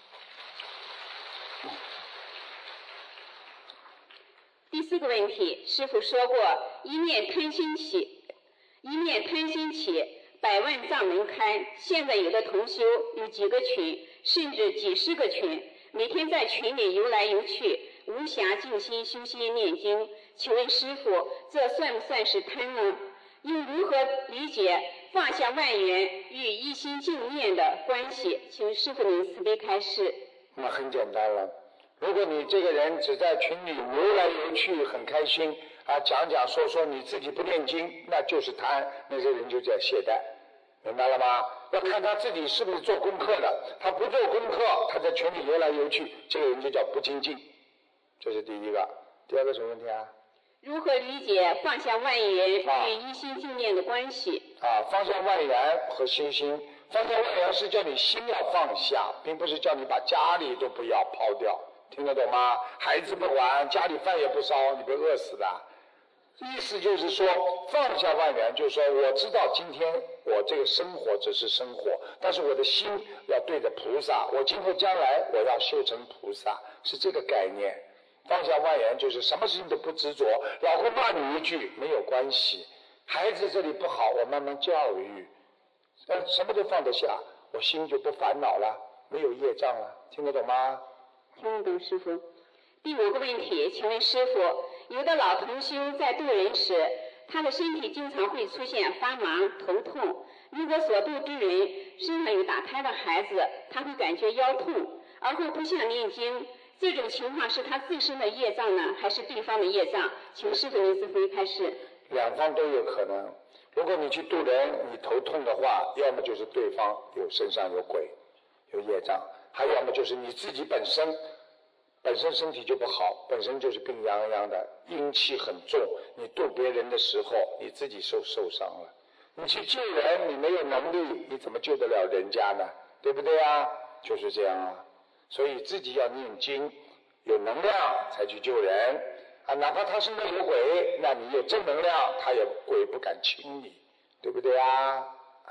第四个问题，师父说过，一念贪心起，一念贪心起，百万障门开。现在有的同修有几个群，甚至几十个群，每天在群里游来游去，无暇静心修心念经。请问师父，这算不算是贪呢？又如何理解放下万缘与一心静念的关系？请师父您慈悲开示。 那很简单了，如果你这个人只在群里游来游去，很开心啊，讲讲说说，你自己不念经，那就是贪，那些人就叫懈怠，明白了吗？要看他自己是不是做功课的，他不做功课，他在群里游来游去，这个人就叫不精进，这是第一个。第二个什么问题啊？ 如何理解放下万缘与一心静念的关系？ 啊，放下万缘和修心，放下万缘是叫你心要放下，并不是叫你把家里都不要抛掉，听得懂吗？孩子不管，家里饭也不烧，你被饿死的。意思就是说，放下万缘，就是说我知道今天我这个生活只是生活，但是我的心要对着菩萨，我今后将来我要修成菩萨，是这个概念。放下万缘就是什么事情都不执着，老公骂你一句没有关系，孩子这里不好我慢慢教育，呃，什么都放得下，我心就不烦恼了，没有业障了，听得懂吗？ 听得懂，师父。第五个问题，请问师父，有的老同修在渡人时，他的身体经常会出现发麻、头痛。如果所渡之人身上有打胎的孩子，他会感觉腰痛，而后不想念经。这种情况是他自身的业障呢，还是对方的业障？请师父您慈悲开示。 两方都有可能。如果你去渡人，你头痛的话，要么就是对方有身上有鬼，有业障，还要么就是你自己本身本身身体就不好，本身就是病殃殃的，阴气很重，你渡别人的时候，你自己受受伤了。你去救人，你没有能力，你怎么救得了人家呢？对不对啊？就是这样啊。所以自己要念经，有能量才去救人啊！哪怕他身上有鬼，那你有正能量，他也鬼不敢亲你，对不对啊？啊！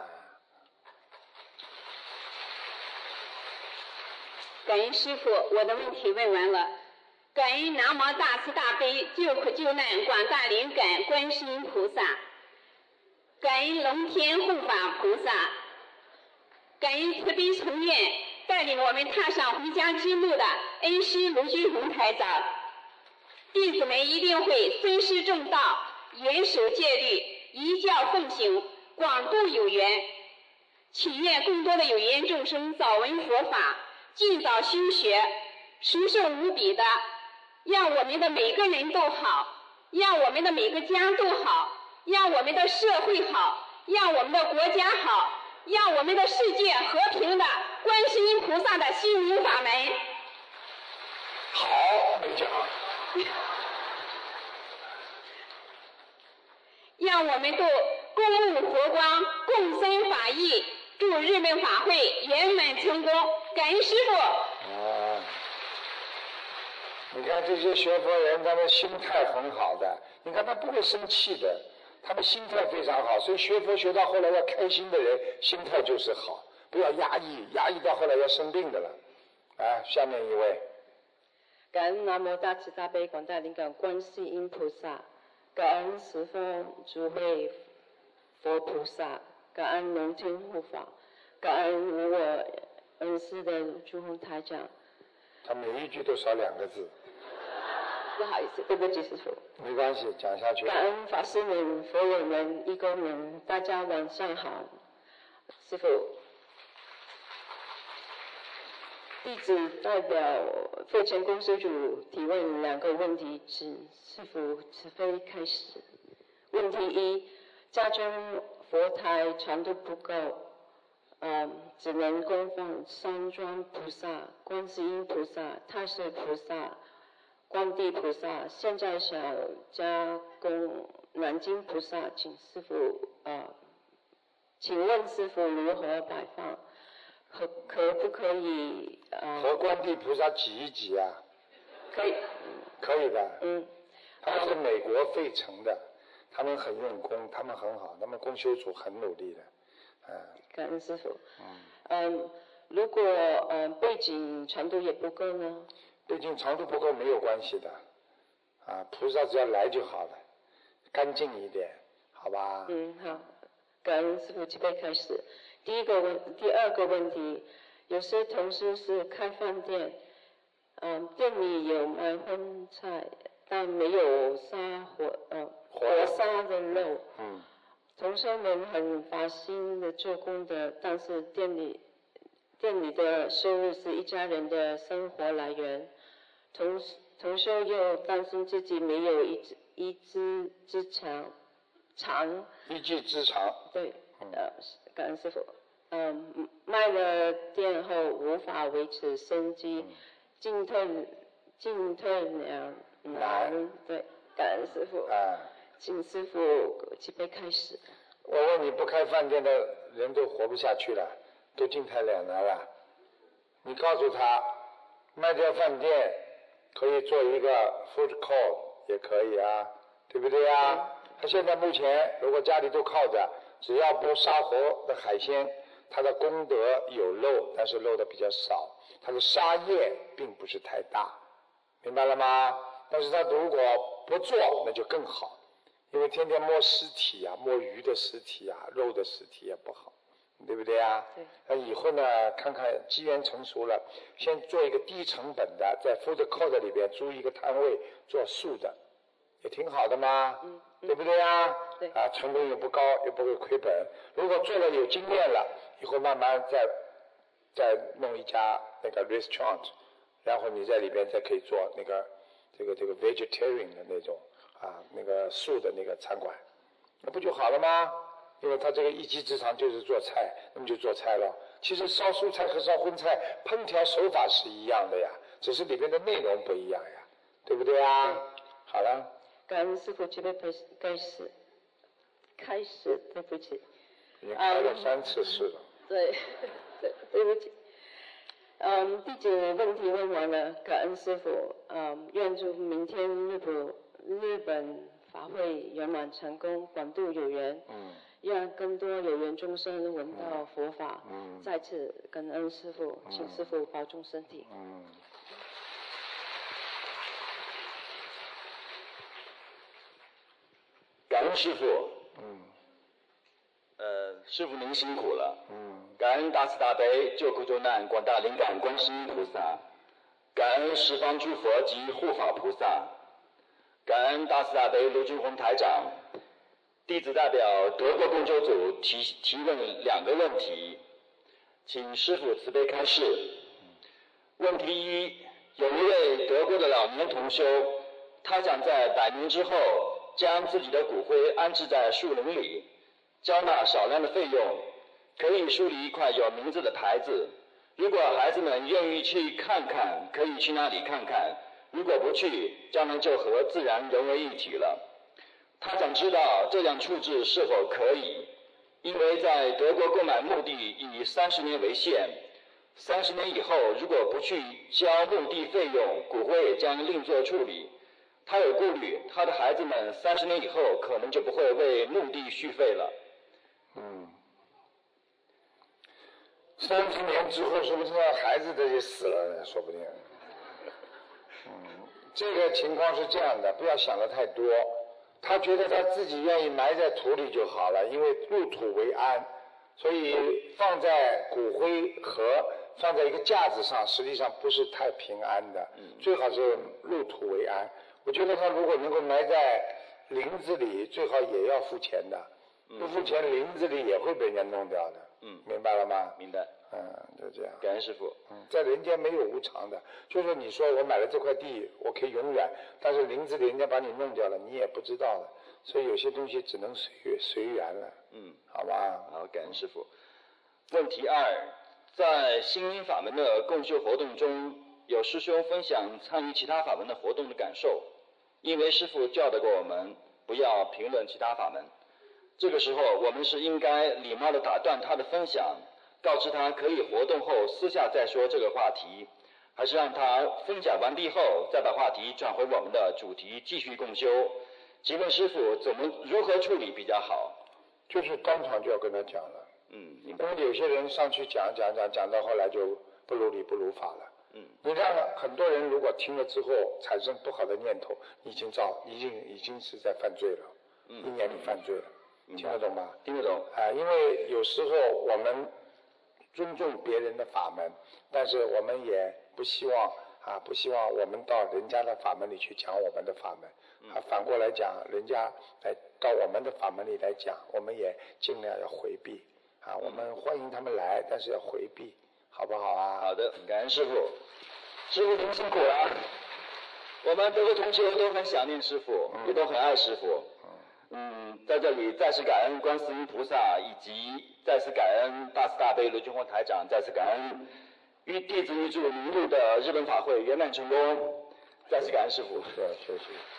感恩师父，我的问题问完了。感恩南无大慈大悲救苦救难广大灵感观世音菩萨，感恩龙天护法菩萨，感恩慈悲从愿带领我们踏上回家之路的恩师卢军宏台长，弟子们一定会尊师重道，严守戒律，一教奉行，广度有缘。祈愿更多的有缘众生早闻佛法，尽早修学，殊胜无比的，让我们的每个人都好，让我们的每个家都好，让我们的社会好，让我们的国家好，让我们的世界和平的观世音菩萨的心灵法门。 好，没讲。 让我们都共沐佛光，共生法益，祝日本法会圆满成功。感恩师父。 啊，你看这些学佛人，他们心态很好的，你看他不会生气的，他们心态非常好，所以学佛学到后来要开心的人，心态就是好，不要压抑，压抑到后来要生病的了。啊，下面一位。 感恩南无大慈大悲广大灵感观世音菩萨，感恩十方诸位佛菩萨，感恩龙天护法，感恩无我恩师的朱红台长。 他每一句都少两个字。 不好意思，对不起师父。 没关系，讲下去。 感恩法师们、佛友们、义工们，大家晚上好。师父，弟子代表费城公司主提问两个问题，请师父慈悲开始。问题一：家中佛台长度不够，呃，只能供放三尊菩萨、观世音菩萨、太岁菩萨、观地菩萨。现在想加供南京菩萨，请师父呃，请问师父如何摆放？可可不可以呃？ 和观地菩萨挤一挤啊？ 可以。 可以的。 嗯。 他们是美国费城的，他们很用功，他们很好，他们公修组很努力的，嗯。 感恩师父。 嗯。 嗯，如果呃背景长度也不够呢？ 背景长度不够没有关系的，啊，菩萨只要来就好了，干净一点，好吧？ 嗯，好。感恩师父慈悲开始。第一个问，第二个问题，有些同事是开饭店，嗯，店里有卖荤菜，但没有杀活呃活杀的肉。 嗯。 同事们很发心的做功德，但是店里店里的收入是一家人的生活来源，同同事又担心自己没有一技一技之长，长一技之长。 对，呃，感恩师父。嗯，卖了店后无法维持生计，进退进退两难。对，感恩师父。 啊。 请师父慈悲开始。 我问你，不开饭店的人都活不下去了，都进退两难了。你告诉他，卖掉饭店可以做一个 food court 也可以啊，对不对啊？他现在目前如果家里都靠着，只要不杀活的海鲜，他的功德有漏，但是漏的比较少，他的杀业并不是太大，明白了吗？但是他如果不做，那就更好，因为天天摸尸体啊，摸鱼的尸体啊，肉的尸体也不好，对不对啊？ 对。 那以后呢，看看机缘成熟了，先做一个低成本的，在 food court 里边租一个摊位做素的，也挺好的嘛， 嗯嗯、 对不对啊？ 对。 啊，成本也不高，也不会亏本。如果做了有经验了，以后慢慢再再弄一家那个 restaurant， 然后你在里边再可以做那个这个这个 vegetarian 的那种啊，那个素的那个餐馆，那不就好了吗？因为他这个一技之长就是做菜，那么就做菜了。其实烧蔬菜和烧荤菜烹调手法是一样的呀，只是里边的内容不一样呀，对不对啊？ 对。 好了。 感恩师父慈悲开始，开始，对不起。 已经开了三次试了。 对，对，对不起。嗯，第九个问题问完了，感恩师父。嗯，愿祝明天日本日本法会圆满成功，广度有缘。 嗯。 让更多有缘众生闻到佛法。 嗯。 再次感恩师父，请师父保重身体。 嗯。 感恩师父。 嗯。 呃，师父您辛苦了。 嗯。 感恩大慈大悲救苦救难广大灵感观世音菩萨，感恩十方诸佛及护法菩萨，感恩大慈大悲卢俊宏台长。弟子代表德国共修组提提问两个问题，请师父慈悲开示。问题一，有一位德国的老年同修，他想在百年之后将自己的骨灰安置在树林里，交纳少量的费用，可以树立一块有名字的牌子。如果孩子们愿意去看看，可以去那里看看；如果不去，将来就和自然融为一体了。 他想知道这样处置是否可以，因为在德国购买墓地以三十年为限，三十年以后如果不去交墓地费用，骨灰也将另作处理。他有顾虑，他的孩子们三十年以后可能就不会为墓地续费了。 嗯，三十年之后，说不定孩子都也死了呢，说不定。嗯，这个情况是这样的，不要想的太多。他觉得他自己愿意埋在土里就好了，因为入土为安，所以放在骨灰盒放在一个架子上，实际上不是太平安的。最好是入土为安。我觉得他如果能够埋在林子里，最好也要付钱的。不付钱，林子里也会被人家弄掉的。 嗯， 明白了吗？ 明白。 嗯，就这样。 感恩师父。 嗯，在人间没有无常的，就是说你说我买了这块地，我可以永远，但是林子里人家把你弄掉了，你也不知道了。所以有些东西只能随随缘了。 嗯， 好吧。 好，感恩师父。问题二，在心灵法门的共修活动中，有师兄分享参与其他法门的活动的感受，因为师父教导过我们不要评论其他法门。这个时候，我们是应该礼貌地打断他的分享，告知他可以活动后私下再说这个话题，还是让他分享完毕后再把话题转回我们的主题继续共修？请问师父，怎么如何处理比较好？ 就是当场就要跟他讲了。 嗯， 因为有些人上去讲讲讲讲到后来就不如理不如法了。 嗯， 你让很多人如果听了之后产生不好的念头，已经造已经已经是在犯罪了。嗯，意念里犯罪了。听得懂吗？ 听得懂。 啊，因为有时候我们尊重别人的法门，但是我们也不希望啊，不希望我们到人家的法门里去讲我们的法门。啊，反过来讲，人家来到我们的法门里来讲，我们也尽量要回避。啊，我们欢迎他们来，但是要回避，好不好啊？ 好的，感恩师父。师父您辛苦了。我们德国同学都很想念师父，嗯、也都很爱师父。嗯，在这里再次感恩观世音菩萨，以及再次感恩大慈大悲卢军宏台长，再次感恩预弟子预祝明路的日本法会圆满成功，再次感恩师父。 是，谢谢。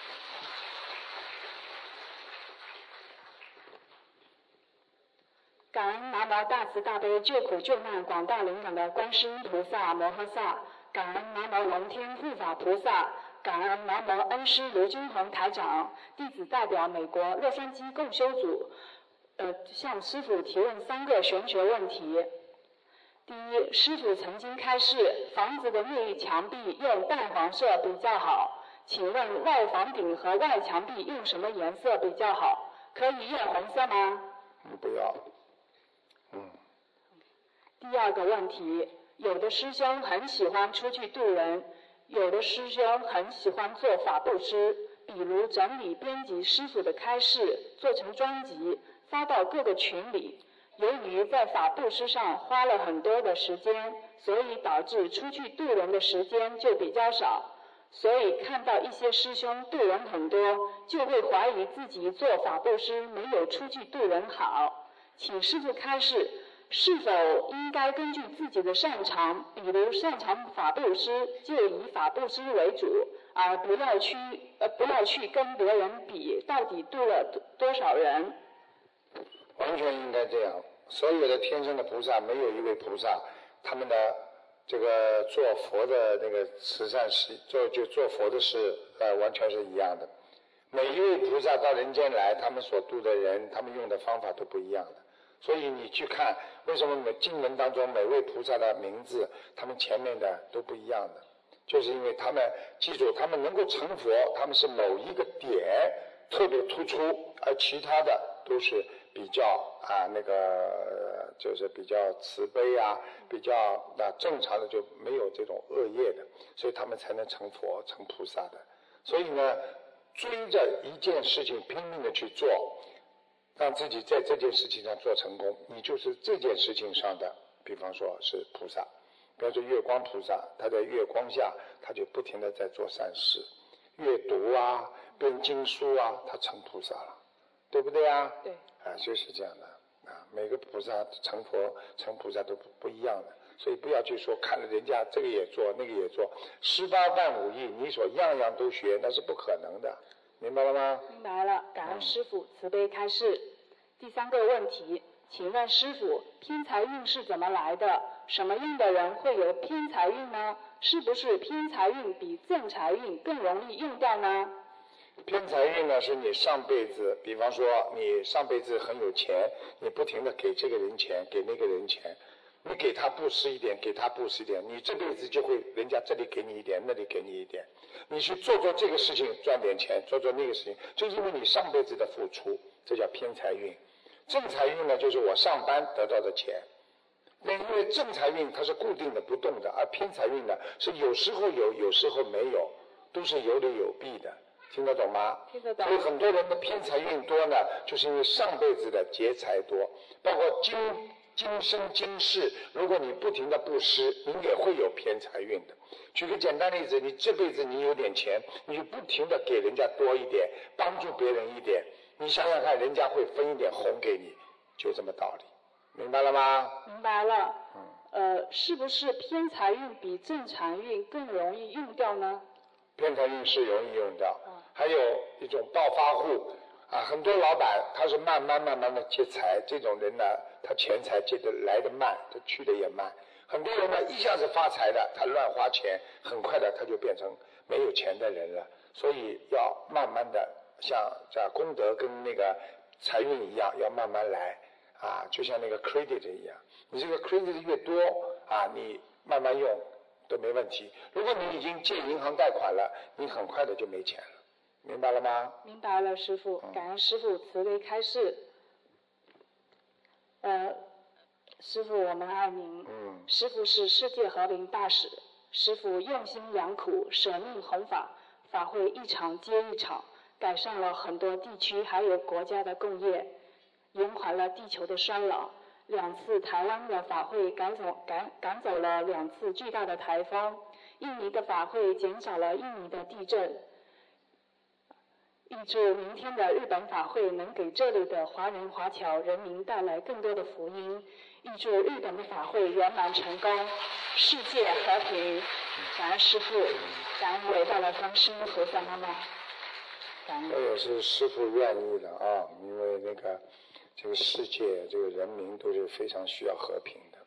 感恩南无大慈大悲救苦救难广大灵感的观世音菩萨摩诃萨，感恩南无龙天护法菩萨。感恩南无恩师卢军宏台长，弟子代表美国洛杉矶共修组，呃，向师父提问三个玄学问题。第一，师父曾经开示，房子的内壁墙壁用淡黄色比较好，请问外房顶和外墙壁用什么颜色比较好？可以用红色吗？ 嗯，不要。嗯。 第二个问题，有的师兄很喜欢出去度人。有的师兄很喜欢做法布施，比如整理编辑师父的开示，做成专辑发到各个群里。由于在法布施上花了很多的时间，所以导致出去度人的时间就比较少。所以看到一些师兄度人很多，就会怀疑自己做法布施没有出去度人好。请师父开示，是否应该根据自己的擅长，比如擅长法布施，就以法布施为主，而不要去呃不要去跟别人比，到底度了多少人？ 完全应该这样。所有的天生的菩萨，没有一位菩萨，他们的这个做佛的那个慈善事，做就做佛的事，呃，完全是一样的。每一位菩萨到人间来，他们所度的人，他们用的方法都不一样的。所以你去看，为什么每经文当中每位菩萨的名字，他们前面的都不一样的，就是因为他们记住，他们能够成佛，他们是某一个点特别突出，而其他的都是比较啊那个就是比较慈悲啊，比较啊正常的，就没有这种恶业的，所以他们才能成佛成菩萨的。所以呢，追着一件事情拼命的去做，让自己在这件事情上做成功，你就是这件事情上的，比方说是菩萨，比方说月光菩萨，他在月光下，他就不停的在做善事，阅读啊，编经书啊，他成菩萨了，对不对啊？ 对。 啊，就是这样的啊，每个菩萨成佛成菩萨都不不一样的，所以不要去说看了人家这个也做那个也做，十八般武艺你所样样都学，那是不可能的。 明白了吗？ 明白了，感恩师父慈悲开示。第三个问题，请问师父，偏财运是怎么来的？什么运的人会有偏财运呢？是不是偏财运比正财运更容易用掉呢？ 偏财运呢，是你上辈子，比方说你上辈子很有钱，你不停的给这个人钱，给那个人钱，你给他布施一点，给他布施一点，你这辈子就会人家这里给你一点，那里给你一点，你去做做这个事情赚点钱，做做那个事情，就因为你上辈子的付出，这叫偏财运。正财运呢，就是我上班得到的钱。那因为正财运它是固定的不动的，而偏财运呢是有时候有，有时候没有，都是有理有弊的。听得懂吗？ 听得懂。 所以很多人的偏财运多呢，就是因为上辈子的劫财多，包括今今生今世，如果你不停的布施，你也会有偏财运的。举个简单例子，你这辈子你有点钱，你就不停的给人家多一点，帮助别人一点，你想想看，人家会分一点红给你，就这么道理，明白了吗？ 明白了。嗯。呃，是不是偏财运比正财运更容易用掉呢？ 偏财运是容易用掉，还有一种暴发户啊，很多老板他是慢慢慢慢的接财，这种人呢，他钱财接的来的慢，他去的也慢。很多人呢一下子发财的，他乱花钱，很快的他就变成没有钱的人了。所以要慢慢的像这功德跟那个财运一样，要慢慢来啊，就像那个 credit 一样，你这个 credit 越多啊，你慢慢用都没问题。如果你已经借银行贷款了，你很快的就没钱了，明白了吗？ 明白了，师父，感恩师父慈悲开示。呃，师父，我们爱您。嗯。师父是世界和平大使，师父用心良苦，舍命弘法，法会一场接一场，改善了很多地区还有国家的共业，延缓了地球的衰老。两次台湾的法会赶走赶赶走了两次巨大的台风，印尼的法会减少了印尼的地震。预祝明天的日本法会能给这里的华人华侨人民带来更多的福音。预祝日本的法会圆满成功，世界和平。感恩师父，感恩伟大的观世音菩萨妈妈。感恩。 这也是师父愿意的啊，因为那个。这个世界，这个人民都是非常需要和平的。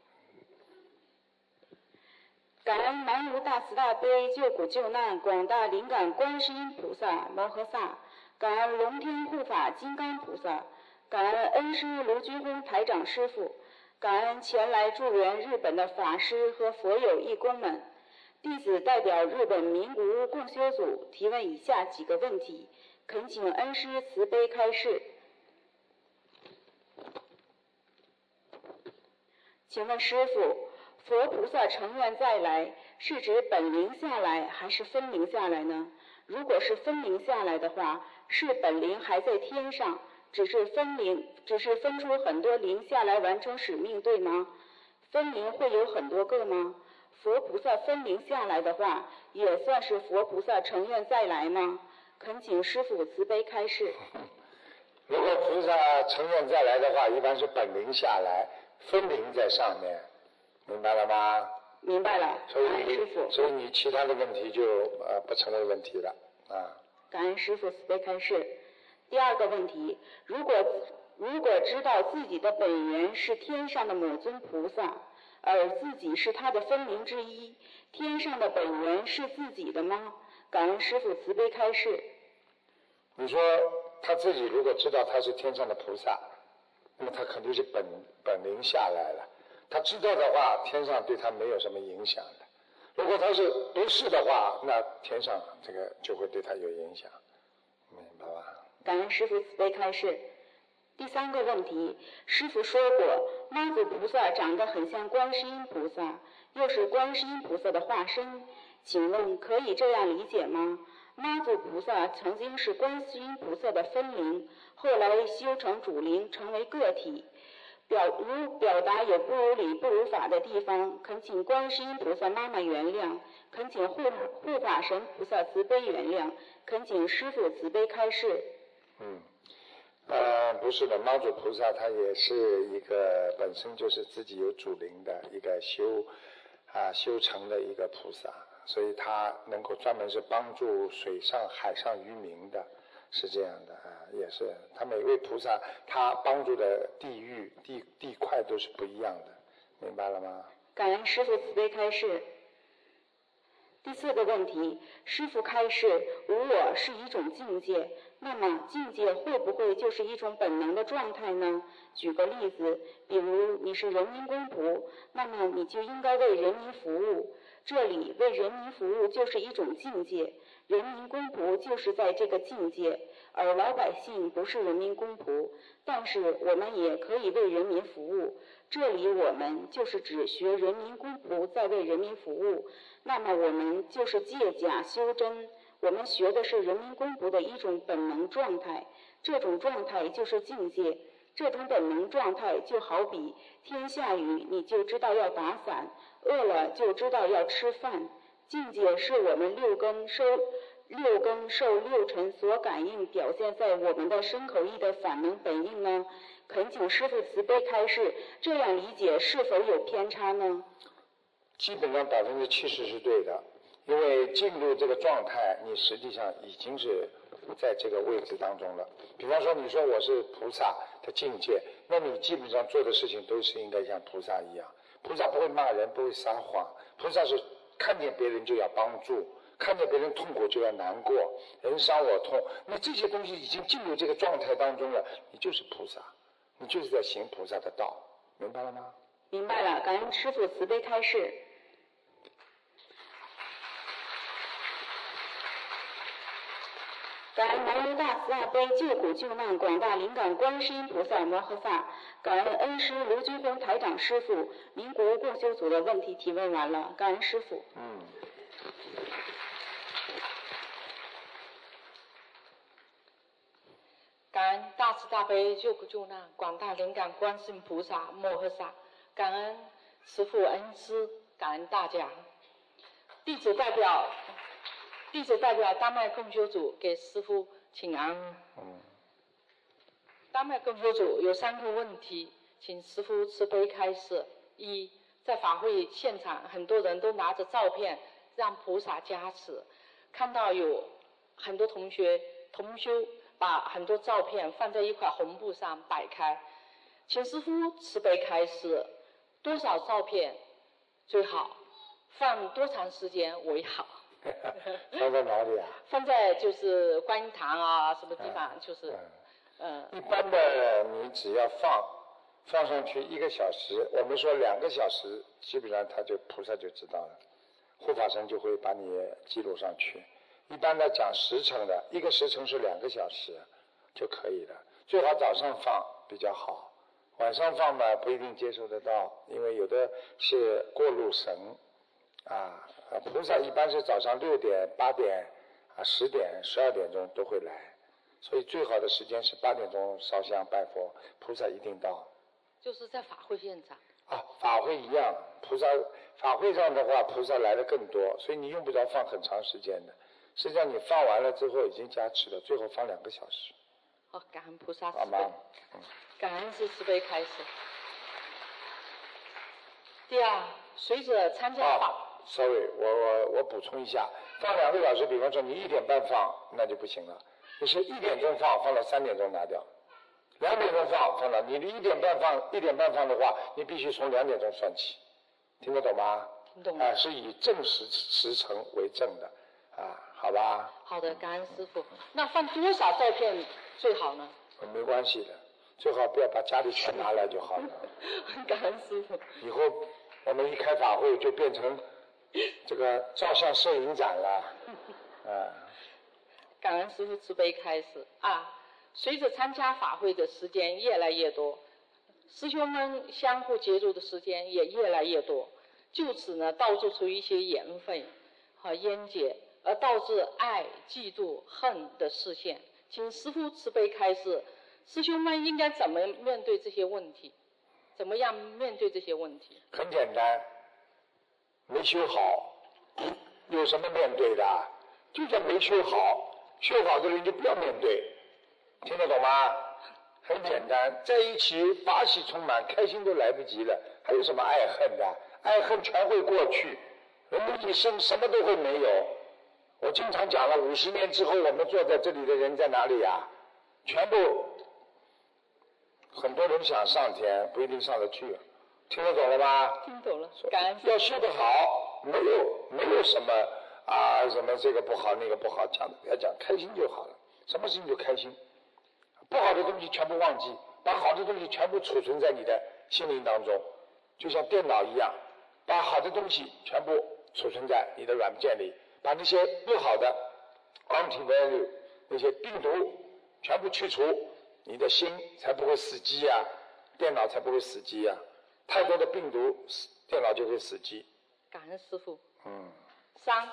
感恩南无大慈大悲救苦救难广大灵感观世音菩萨摩诃萨，感恩龙天护法金刚菩萨，感恩恩师卢军宏台长师父，感恩前来助援日本的法师和佛友义工们。弟子代表日本名古屋共修组提问以下几个问题，恳请恩师慈悲开示。请问师父，佛菩萨成愿再来是指本灵下来还是分灵下来呢？如果是分灵下来的话，是本灵还在天上，只是分灵，只是分出很多灵下来完成使命，对吗？分灵会有很多个吗？佛菩萨分灵下来的话，也算是佛菩萨成愿再来吗？恳请师父慈悲开示。 如果菩萨成愿再来的话，一般是本灵下来。分灵在上面，明白了吗？ 明白了。 所以，所以你其他的问题就呃不成为问题了啊。 感恩师父慈悲开示。第二个问题，如果如果知道自己的本源是天上的母尊菩萨，而自己是他的分灵之一，天上的本源是自己的吗？感恩师父慈悲开示。 你说他自己如果知道他是天上的菩萨，那么他肯定是本本灵下来了。他知道的话，天上对他没有什么影响的。如果他是不是的话，那天上这个就会对他有影响，明白吧？ 感恩师父慈悲开示。第三个问题，师父说过，妈祖菩萨长得很像观世音菩萨，又是观世音菩萨的化身，请问可以这样理解吗？妈祖菩萨曾经是观世音菩萨的分灵，后来修成主灵，成为个体。表如表达有不如理、不如法的地方，恳请观世音菩萨妈妈原谅，恳请护护法神菩萨慈悲原谅，恳请师父慈悲开示。 嗯，呃，不是的，妈祖菩萨他也是一个本身就是自己有主灵的一个修啊修成的一个菩萨。所以他能够专门是帮助水上海上渔民的， 是这样的啊，也是他每位菩萨他帮助的地域地地块都是不一样的，明白了吗？ 感恩师父慈悲开示。第四个问题，师父开示，无我是一种境界，那么境界会不会就是一种本能的状态呢？举个例子，比如你是人民公仆，那么你就应该为人民服务，这里为人民服务就是一种境界，人民公仆就是在这个境界，而老百姓不是人民公仆，但是我们也可以为人民服务，这里我们就是指学人民公仆在为人民服务，那么我们就是借假修真，我们学的是人民公仆的一种本能状态，这种状态就是境界，这种本能状态就好比天下雨你就知道要打伞，饿了就知道要吃饭，境界是我们六根受六根受六尘所感应，表现在我们的身口意的反能本应呢？恳请师父慈悲开示，这样理解是否有偏差呢？ 基本上百分之七十是对的，因为进入这个状态，你实际上已经是在这个位置当中了。比方说，你说我是菩萨的境界，那你基本上做的事情都是应该像菩萨一样。菩萨不会骂人，不会撒谎，菩萨是看见别人就要帮助，看见别人痛苦就要难过，人伤我痛，那这些东西已经进入这个状态当中了，你就是菩萨，你就是在行菩萨的道，明白了吗？ 明白了，感恩师父慈悲开示。感恩南无大慈大悲救苦救难广大灵感观世音菩萨摩诃萨，感恩恩师卢军宏台长师父，民国共修组的问题提问完了，感恩师父。 嗯。 感恩大慈大悲救苦救难广大灵感观世音菩萨摩诃萨，感恩师父恩师，感恩大家。弟子代表弟子代表丹麦共修组给师父请安。 嗯。 丹麦共修组有三个问题，请师父慈悲开示。一，在法会现场，很多人都拿着照片让菩萨加持，看到有很多同学同修把很多照片放在一块红布上摆开，请师父慈悲开示，多少照片最好，放多长时间为好？ 放在哪里啊？ 放在就是观音堂啊，什么地方？ 嗯、 就是，嗯。 一般的，你只要放放上去一个小时，我们说两个小时，基本上他就菩萨就知道了，护法神就会把你记录上去。一般的讲时辰的，一个时辰是两个小时就可以了，最好早上放比较好，晚上放呢不一定接受得到，因为有的是过路神啊。菩萨一般是早上六点、八点、啊十点、十二点钟都会来，所以最好的时间是八点钟烧香拜佛，菩萨一定到。 就是在法会现场。 啊，法会一样，菩萨法会上的话，菩萨来的更多，所以你用不着放很长时间的。实际上你放完了之后已经加持了，最后放两个小时。 好，感恩菩萨慈悲。好吗？ 嗯。感恩是慈悲开始。第二，随着参加法。 啊 Sorry， 我我我补充一下，放两个小时，比方说你一点半放，那就不行了。你是一点钟放，放到三点钟拿掉；两点钟放，放到你一点半放，一点半放的话，你必须从两点钟算起，听得懂吗？ 听懂了。 啊，是以正时时辰为正的，啊，好吧？ 好的，感恩师父。那放多少照片最好呢？ 没关系的，最好不要把家里全拿来就好了。 感恩师父。 以后我们一开法会就变成。这个照相摄影展了，啊！ 感恩师父慈悲开始啊！随着参加法会的时间越来越多，师兄们相互接触的时间也越来越多，就此呢导致出一些缘分和冤结，而导致爱、嫉妒、恨的视线。请师父慈悲开示，师兄们应该怎么面对这些问题？怎么样面对这些问题？ 很简单。没修好，有什么面对的？就叫没修好，修好的人就不要面对，听得懂吗？很简单，在一起法喜充满，开心都来不及了，还有什么爱恨的？爱恨全会过去，人的一生什么都会没有， 我经常讲了，五十年之后我们坐在这里的人在哪里呀？全部很多人想上天，不一定上得去，听得懂了吗？ 听懂了，感恩。 要修得好，没有没有什么啊，什么这个不好那个不好，讲不要讲，开心就好了，什么事情就开心，不好的东西全部忘记，把好的东西全部储存在你的心灵当中，就像电脑一样，把好的东西全部储存在你的软件里，把那些不好的 anti-value 那些病毒全部去除，你的心才不会死机呀、啊，电脑才不会死机呀、啊。太多的病毒，电脑就会死机。 感恩师父。 嗯。 三。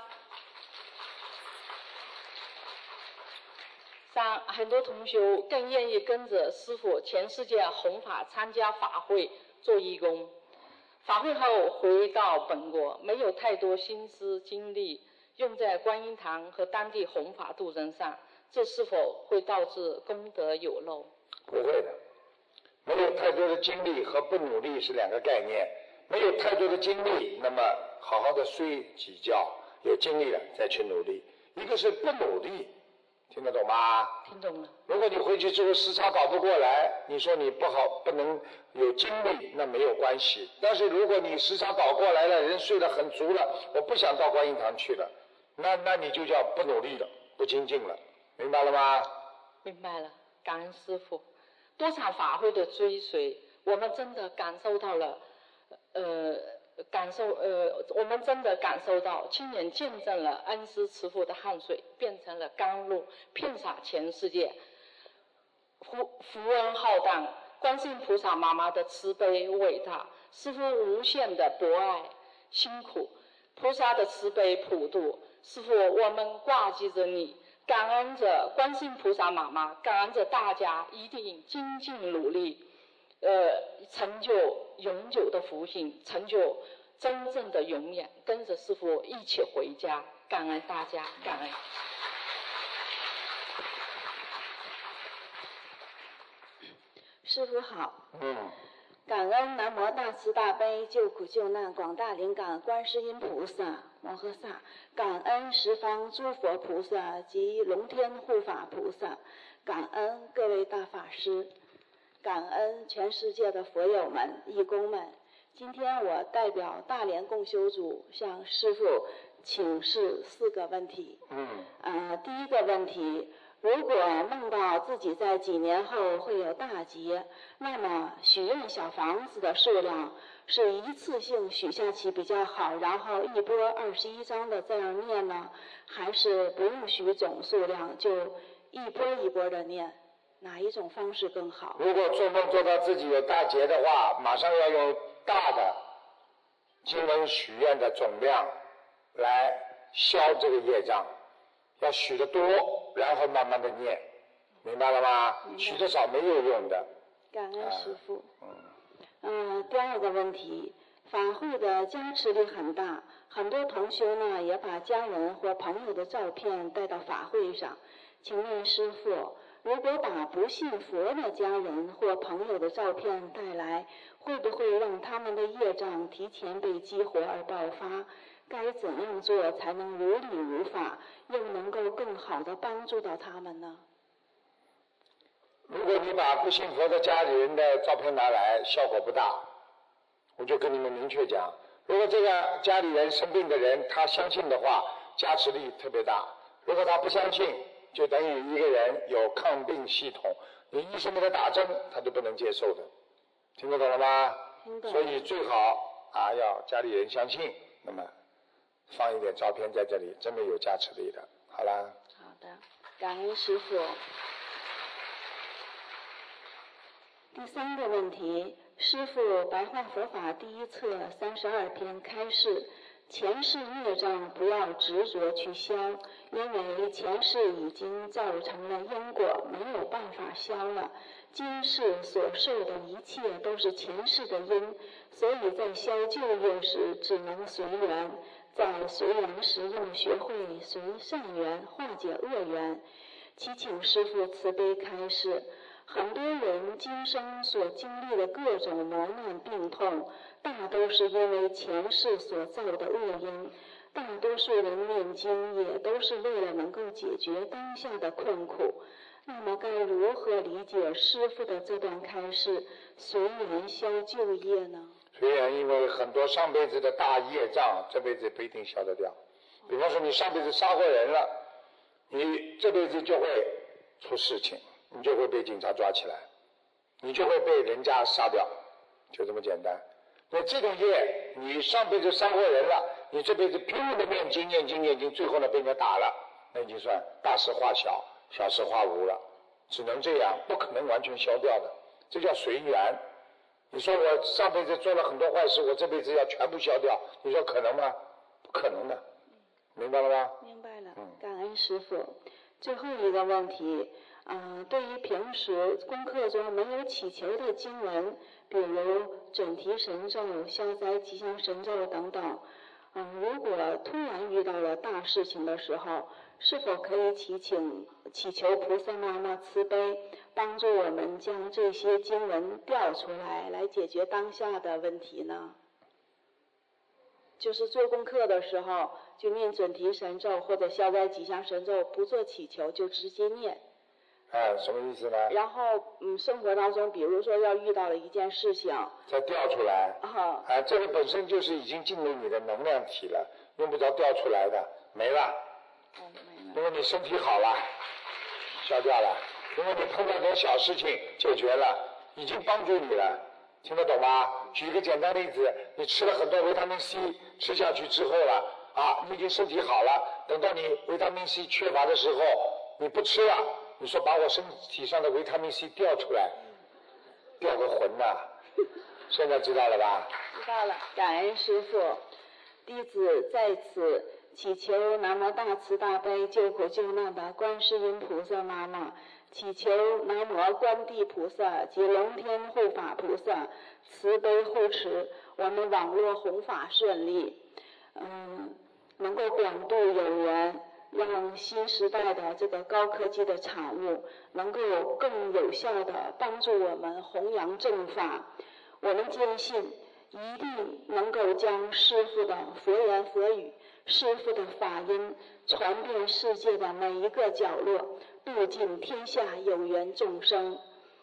三，很多同修更愿意跟着师父全世界弘法参加法会做义工。法会后回到本国，没有太多心思精力用在观音堂和当地弘法度人上，这是否会导致功德有漏？ 不会的，没有太多的精力和不努力是两个概念。没有太多的精力，那么好好的睡几觉，有精力了再去努力。一个是不努力，听得懂吗？ 听懂了。 如果你回去之后时差搞不过来，你说你不好不能有精力，那没有关系。但是如果你时差搞过来了，人睡得很足了，我不想到观音堂去了，那那你就叫不努力了，不精进了，明白了吗？ 明白了，感恩师父。多场法会的追随，我们真的感受到了，呃，感受呃，我们真的感受到，亲眼见证了恩师慈父的汗水变成了甘露，遍洒全世界。福福恩浩荡，观世音菩萨妈妈的慈悲伟大，师父无限的博爱辛苦，菩萨的慈悲普度，师父我们挂记着你。感恩着观世音菩萨妈妈，感恩着大家一定精进努力，呃，成就永久的福幸，成就真正的永远，跟着师父一起回家。感恩大家，感恩。 师父好。 嗯。 感恩南无大慈大悲救苦救难广大灵感观世音菩萨摩诃萨，感恩十方诸佛菩萨及龙天护法菩萨，感恩各位大法师，感恩全世界的佛友们、义工们。今天我代表大连共修组向师父请示四个问题。 嗯。 呃，第一个问题。如果梦到自己在几年后会有大劫，那么许愿小房子的数量是一次性许下去比较好，然后一波二十一章的这样念呢，还是不用许总数量，就一波一波的念，哪一种方式更好？ 如果做梦做到自己有大劫的话，马上要用大的经文许愿的总量来消这个业障，要许得多，然后慢慢的念，明白了吗？许得少没有用的。 感恩师父。 嗯。 嗯、呃，第二个问题，法会的加持力很大，很多同修呢也把家人或朋友的照片带到法会上。请问师父，如果把不信佛的家人或朋友的照片带来，会不会让他们的业障提前被激活而爆发？该怎样做才能如理如法，又能够更好的帮助到他们呢？ 如果你把不信佛的家里人的照片拿来，效果不大。我就跟你们明确讲，如果这个家里人生病的人他相信的话，加持力特别大；如果他不相信，就等于一个人有抗病系统，你医生给他打针，他就不能接受的。听得懂了吗？ 听懂。 所以最好啊，要家里人相信，那么放一点照片在这里，真的有加持力的。好啦。 好的，感恩师父。第三个问题，师父白话佛法第一册三十二篇开示，前世业障不要执着去消，因为前世已经造成了因果，没有办法消了。今世所受的一切都是前世的因，所以在消旧业时只能随缘，在随缘时要学会随善缘化解恶缘。祈请师父慈悲开示。很多人今生所经历的各种磨难病痛，大都是因为前世所造的恶因。 大多数人念经也都是为了能够解决当下的困苦。那么该如何理解师父的这段开示，随缘消旧业呢？ 虽然因为很多上辈子的大业障，这辈子不一定消得掉。比方说你上辈子杀过人了，你这辈子就会出事情，你就会被警察抓起来，你就会被人家杀掉，就这么简单。那这种业，你上辈子杀过人了，你这辈子拼命的念经念经念经，最后呢被人家打了，那已经算大事化小，小事化无了，只能这样，不可能完全消掉的，这叫随缘。你说我上辈子做了很多坏事，我这辈子要全部消掉，你说可能吗？不可能的，明白了吗？ 明白了，感恩师父。最后一个问题，呃，对于平时功课中没有祈求的经文，比如准提神咒、消灾吉祥神咒等等，嗯、呃，如果突然遇到了大事情的时候，是否可以祈请祈求菩萨妈妈慈悲，帮助我们将这些经文调出来，来解决当下的问题呢？就是做功课的时候，就念准提神咒或者消灾吉祥神咒，不做祈求就直接念。 哎，什么意思呢？ 然后，嗯，生活当中，比如说要遇到了一件事情， 再调出来。 啊， 哎，这个本身就是已经进入你的能量体了，用不着调出来的，没了。 哦，没了。 因为你身体好了，消掉了。因为你碰到点小事情解决了，已经帮助你了，听得懂吗？举一个简单例子，你吃了很多维他命 C， 吃下去之后了，啊，你已经身体好了，等到你维他命 C 缺乏的时候，你不吃了，你说把我身体上的维他命 C 调出来，调个魂呐！现在知道了吧？ 知道了，感恩师父。弟子在此祈求南无大慈大悲救苦救难的观世音菩萨妈妈，祈求南无观地菩萨及龙天护法菩萨慈悲护持我们网络弘法顺利，嗯，能够广度有缘，让新时代的这个高科技的产物能够更有效地帮助我们弘扬正法。我们坚信一定能够将师父的佛言佛语、师父的法音传遍世界的每一个角落，度尽天下有缘众生。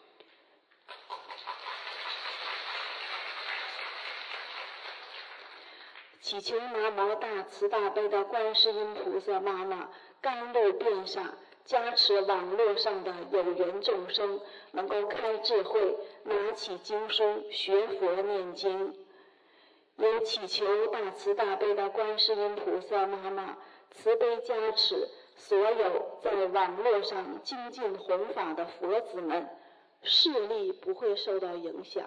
祈求南无大慈大悲的观世音菩萨妈妈甘露遍洒，加持网络上的有缘众生能够开智慧，拿起经书学佛念经。也祈求大慈大悲的观世音菩萨妈妈慈悲加持所有在网络上精进弘法的佛子们，视力不会受到影响。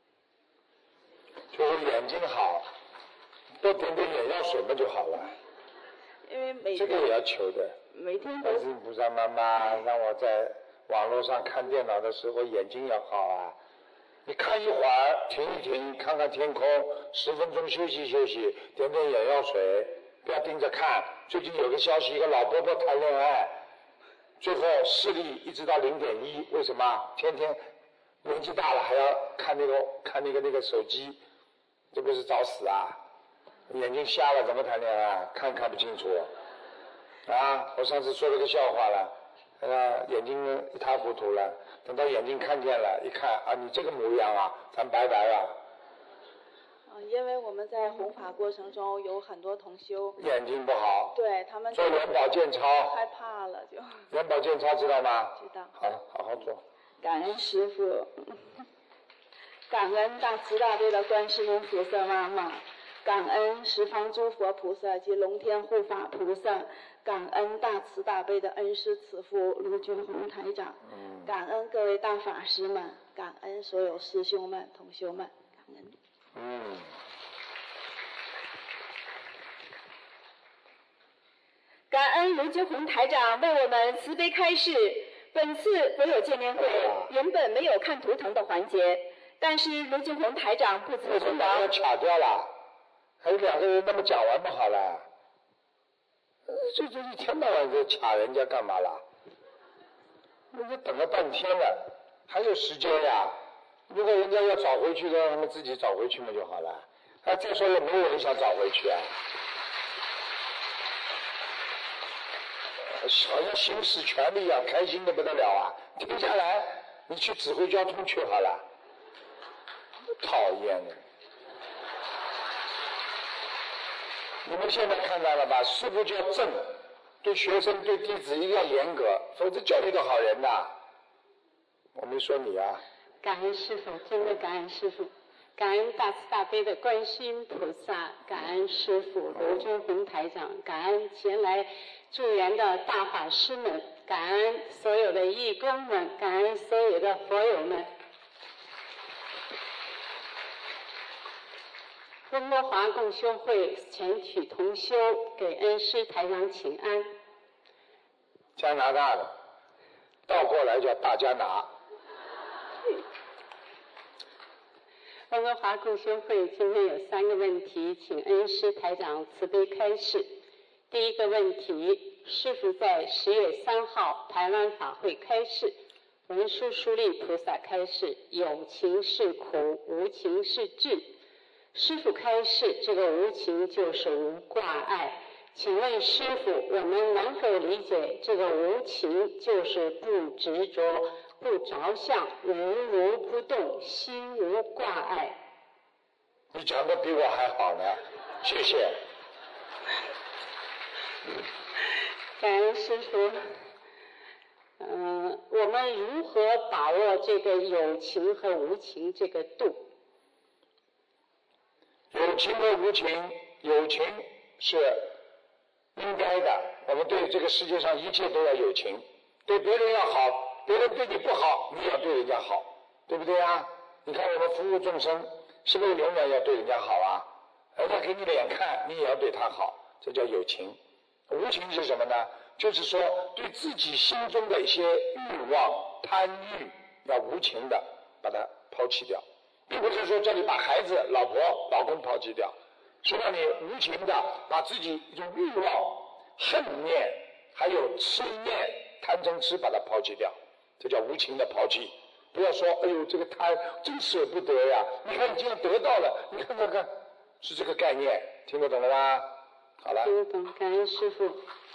就是眼睛好，多点点眼药水嘛就好了。 因为每这个也要求的。 每天都。 观世音菩萨妈妈让我在网络上看电脑的时候眼睛要好啊。你看一会儿，停一停，看看天空，十分钟休息休息，点点眼药水，不要盯着看。最近有个消息，一个老伯伯谈恋爱，最后视力一直到零点一，为什么？天天年纪大了还要看那个看那个那个手机，这不是找死啊？眼睛瞎了怎么谈恋爱？看看不清楚。啊，我上次说了个笑话了，呃，眼睛一塌糊涂了。等到眼睛看见了，一看啊，你这个模样啊，咱拜拜了。 因为我们在弘法过程中有很多同修眼睛不好， 对他们做眼保健操， 害怕了就。 眼保健操知道吗？ 知道。 好，好好做。 感恩师父，感恩大慈大悲的观世音菩萨妈妈，感恩十方诸佛菩萨及龙天护法菩萨，感恩大慈大悲的恩师慈父卢军宏台长，嗯、感恩各位大法师们，感恩所有师兄们、同修们，感恩。 嗯。 感恩卢军宏台长为我们慈悲开示。本次佛友见面会原本没有看图腾的环节，但是卢军宏台长不辞辛劳， 把它卡掉了。还有两个人，那么讲完不好了？这这一天到晚在卡人家干嘛啦？那就等了半天了，还有时间呀。如果人家要找回去的，让他们自己找回去嘛就好了。啊，再说了，没有人想找回去啊。 好像行使权利一样，开心的不得了啊！停下来，你去指挥交通去好了。讨厌的！你们现在看到了吧？师父叫正，对学生对弟子一定要严格，否则教育个好人呐。我没说你啊。 感恩师父，真的感恩师父。感恩大慈大悲的观世音菩萨，感恩师父罗军红台长，感恩前来助缘的大法师们，感恩所有的义工们，感恩所有的佛友们。温哥华共修会前去同修，给恩师台长请安。 加拿大的，倒过来叫大加拿。 温哥华共修会今天有三个问题，请恩师台长慈悲开示。第一个问题，师父在十月三号台湾法会开示，文殊书利菩萨开示，有情是苦，无情是智。师父开示，这个无情就是无挂碍。请问师父，我们能否理解这个无情就是不执着？不着相，如如不动，心无挂碍。 你讲的比我还好呢，谢谢。 感恩师父。嗯、呃，我们如何把握这个有情和无情这个度？ 有情和无情，有情是应该的，我们对这个世界上一切都要有情，对别人要好。别人对你不好，你也要对人家好，对不对啊？你看我们服务众生，是不是永远要对人家好啊？人家给你脸看，你也要对他好，这叫有情。无情是什么呢？就是说对自己心中的一些欲望、贪欲，要无情的把它抛弃掉，并不是说叫你把孩子、老婆、老公抛弃掉，是让你无情的把自己一种欲望、恨念，还有痴念、贪嗔痴把它抛弃掉。这叫无情的抛弃，不要说哎呦这个贪真舍不得呀！你看你既然得到了，你看看看，是这个概念，听得懂了吗？好了。 听得懂，感恩师父。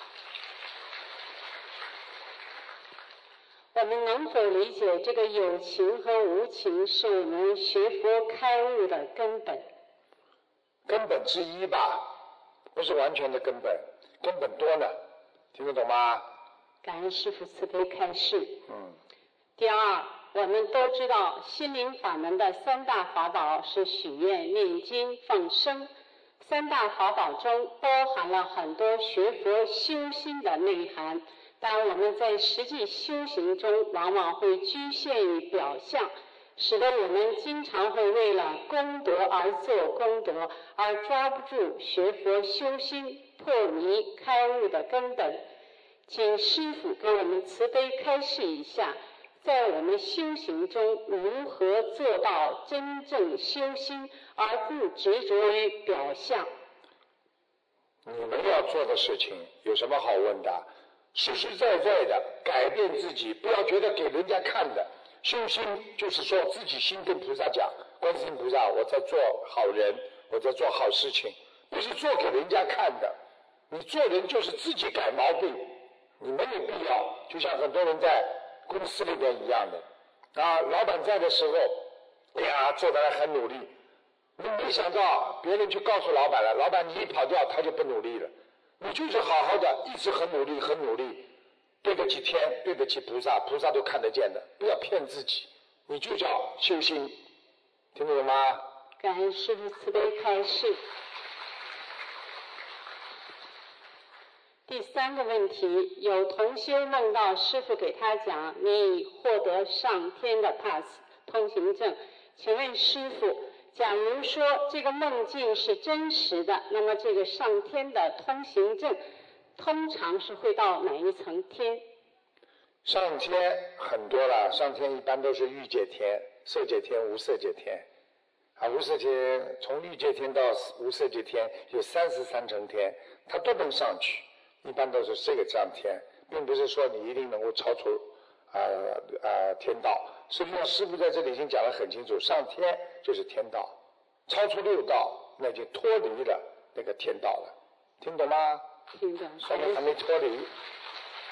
我们能否理解这个有情和无情是我们学佛开悟的根本？ 根本之一吧，不是完全的根本，根本多呢，听得懂吗？ 感恩师父慈悲开示。 嗯。 第二，我们都知道心灵法门的三大法宝是许愿、念经、放生。三大法宝中包含了很多学佛修心的内涵，但我们在实际修行中往往会局限于表象，使得我们经常会为了功德而做功德，而抓不住学佛修心、破迷开悟的根本。请师父给我们慈悲开示一下，在我们修行中如何做到真正修心，而不执着于表象？ 你们要做的事情有什么好问的？实实在在的改变自己，不要觉得给人家看的。修心就是说自己心跟菩萨讲，观世音菩萨，我在做好人，我在做好事情，不是做给人家看的。你做人就是自己改毛病。你没有必要，就像很多人在公司里边一样的啊，老板在的时候，哎呀，做得很努力，你没想到别人就告诉老板了，老板你一跑掉，他就不努力了。你就是好好的，一直很努力，很努力，对得起天，对得起菩萨，菩萨都看得见的，不要骗自己，你就叫修心，听得懂吗？ 感恩师父慈悲开示。第三个问题，有同修梦到师父给他讲，你已获得上天的 pass 通行证，请问师父，假如说这个梦境是真实的，那么这个上天的通行证通常是会到哪一层天？ 上天很多了，上天一般都是欲界天、色界天、无色界天啊，无色界从欲界天到无色界天有三十三层天，它都能上去。一般都是这个上天，并不是说你一定能够超出呃呃天道。实际上师父在这里已经讲得很清楚，上天就是天道，超出六道那就脱离了那个天道了，听懂吗？ 听懂。 后面还没脱离。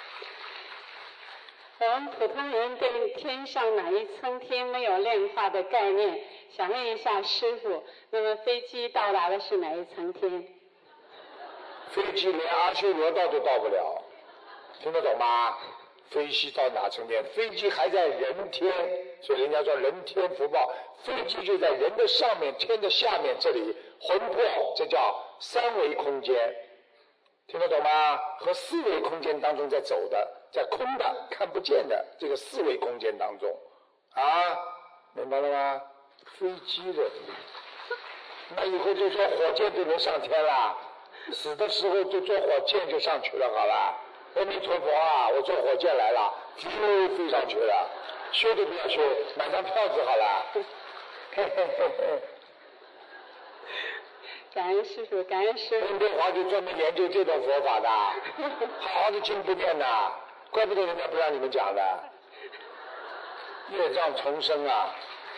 我们普通人对天上哪一层天没有量化的概念，想问一下师父，那么飞机到达的是哪一层天？ 飞机连阿修罗道都到不了，听得懂吗？飞机到哪层天？飞机还在人天，所以人家说人天福报，飞机就在人的上面，天的下面，这里魂魄，这叫三维空间，听得懂吗？和四维空间当中在走的，在空的看不见的这个四维空间当中，啊，明白了吗？飞机的，那以后就坐火箭就能上天了，死的时候就坐火箭就上去了，好吧？阿弥陀佛啊，我坐火箭来了，飞飞上去了，修都不要修，买张票子好了。嘿嘿嘿嘿。 感恩师父，感恩师父。 温哥华就专门研究这种佛法的，好好的经不念呐，怪不得人家不让你们讲的。业障重生啊！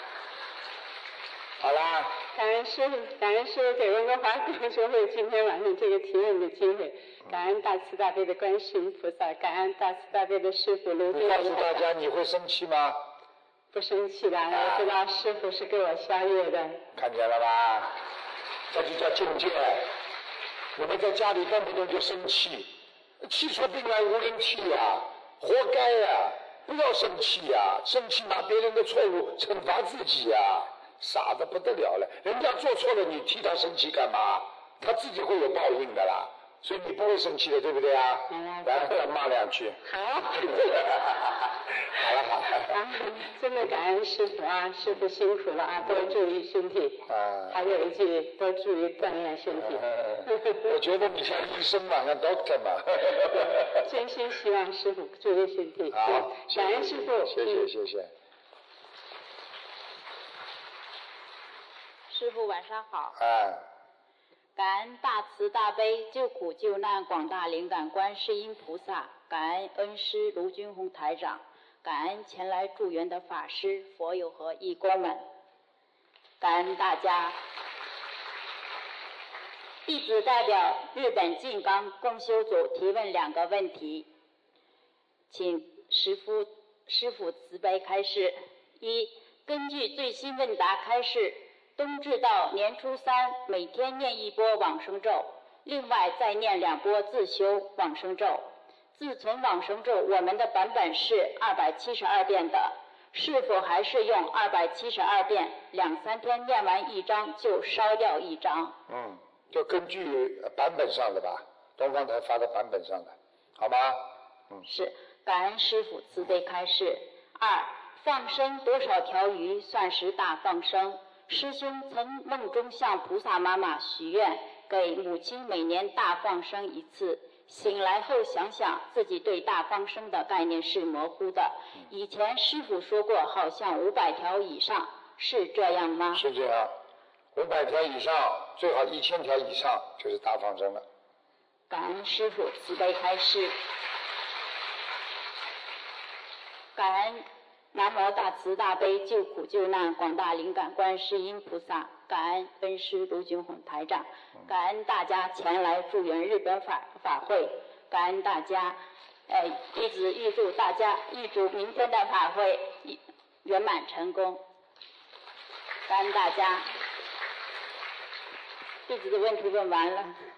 好啦。 感恩师父，感恩师父给温哥华同学会今天晚上这个提问的机会，感恩大慈大悲的观世音菩萨，感恩大慈大悲的师父卢军。 你告诉大家，你会生气吗？ 不生气的，我知道师父是给我消业的。 看见了吧？这就叫境界。你们在家里动不动就生气，气出病来无人替呀，活该呀！不要生气呀，生气拿别人的错误惩罚自己呀，傻得不得了了。人家做错了，你替他生气干嘛？他自己会有报应的啦。所以你不会生气的，对不对啊？来，骂两句。 好。 好了好了。 啊，真的感恩师父啊，师父辛苦了啊，多注意身体。啊。还有一句，多注意锻炼身体。 我觉得你像医生嘛，像 doctor 嘛。 真心希望师父注意身体。 好， 感恩师父。 谢谢谢谢。 师父晚上好。 哎。 感恩大慈大悲救苦救难广大灵感观世音菩萨，感恩恩师卢军宏台长，感恩前来助缘的法师、佛友和义工们，感恩大家。弟子代表日本静冈共修组提问两个问题，请师父师父慈悲开示。一、根据最新问答开示，冬至到年初三每天念一波往生咒，另外再念两波自修往生咒。自存往生咒我们的版本是二百七十二遍的，是否还是用二百七十二遍，两三天念完一张就烧掉一张？ 嗯，就根据版本上的吧，东方台发的版本上的，好吗？嗯， 是，感恩师父慈悲开示。二、放生多少条鱼算是大放生？师兄曾梦中向菩萨妈妈许愿，给母亲每年大放生一次。醒来后想想，自己对大放生的概念是模糊的。以前师父说过，好像五百条以上，是这样吗？ 是这样，五百条以上，最好一千条以上就是大放生了。 感恩师父慈悲开示。感恩南无大慈大悲救苦救难广大灵感观世音菩萨，感恩恩师卢军宏台长，感恩大家前来助缘日本法法会，感恩大家，呃，弟子预祝大家预祝明天的法会圆满成功，感恩大家。弟子的问题问完了。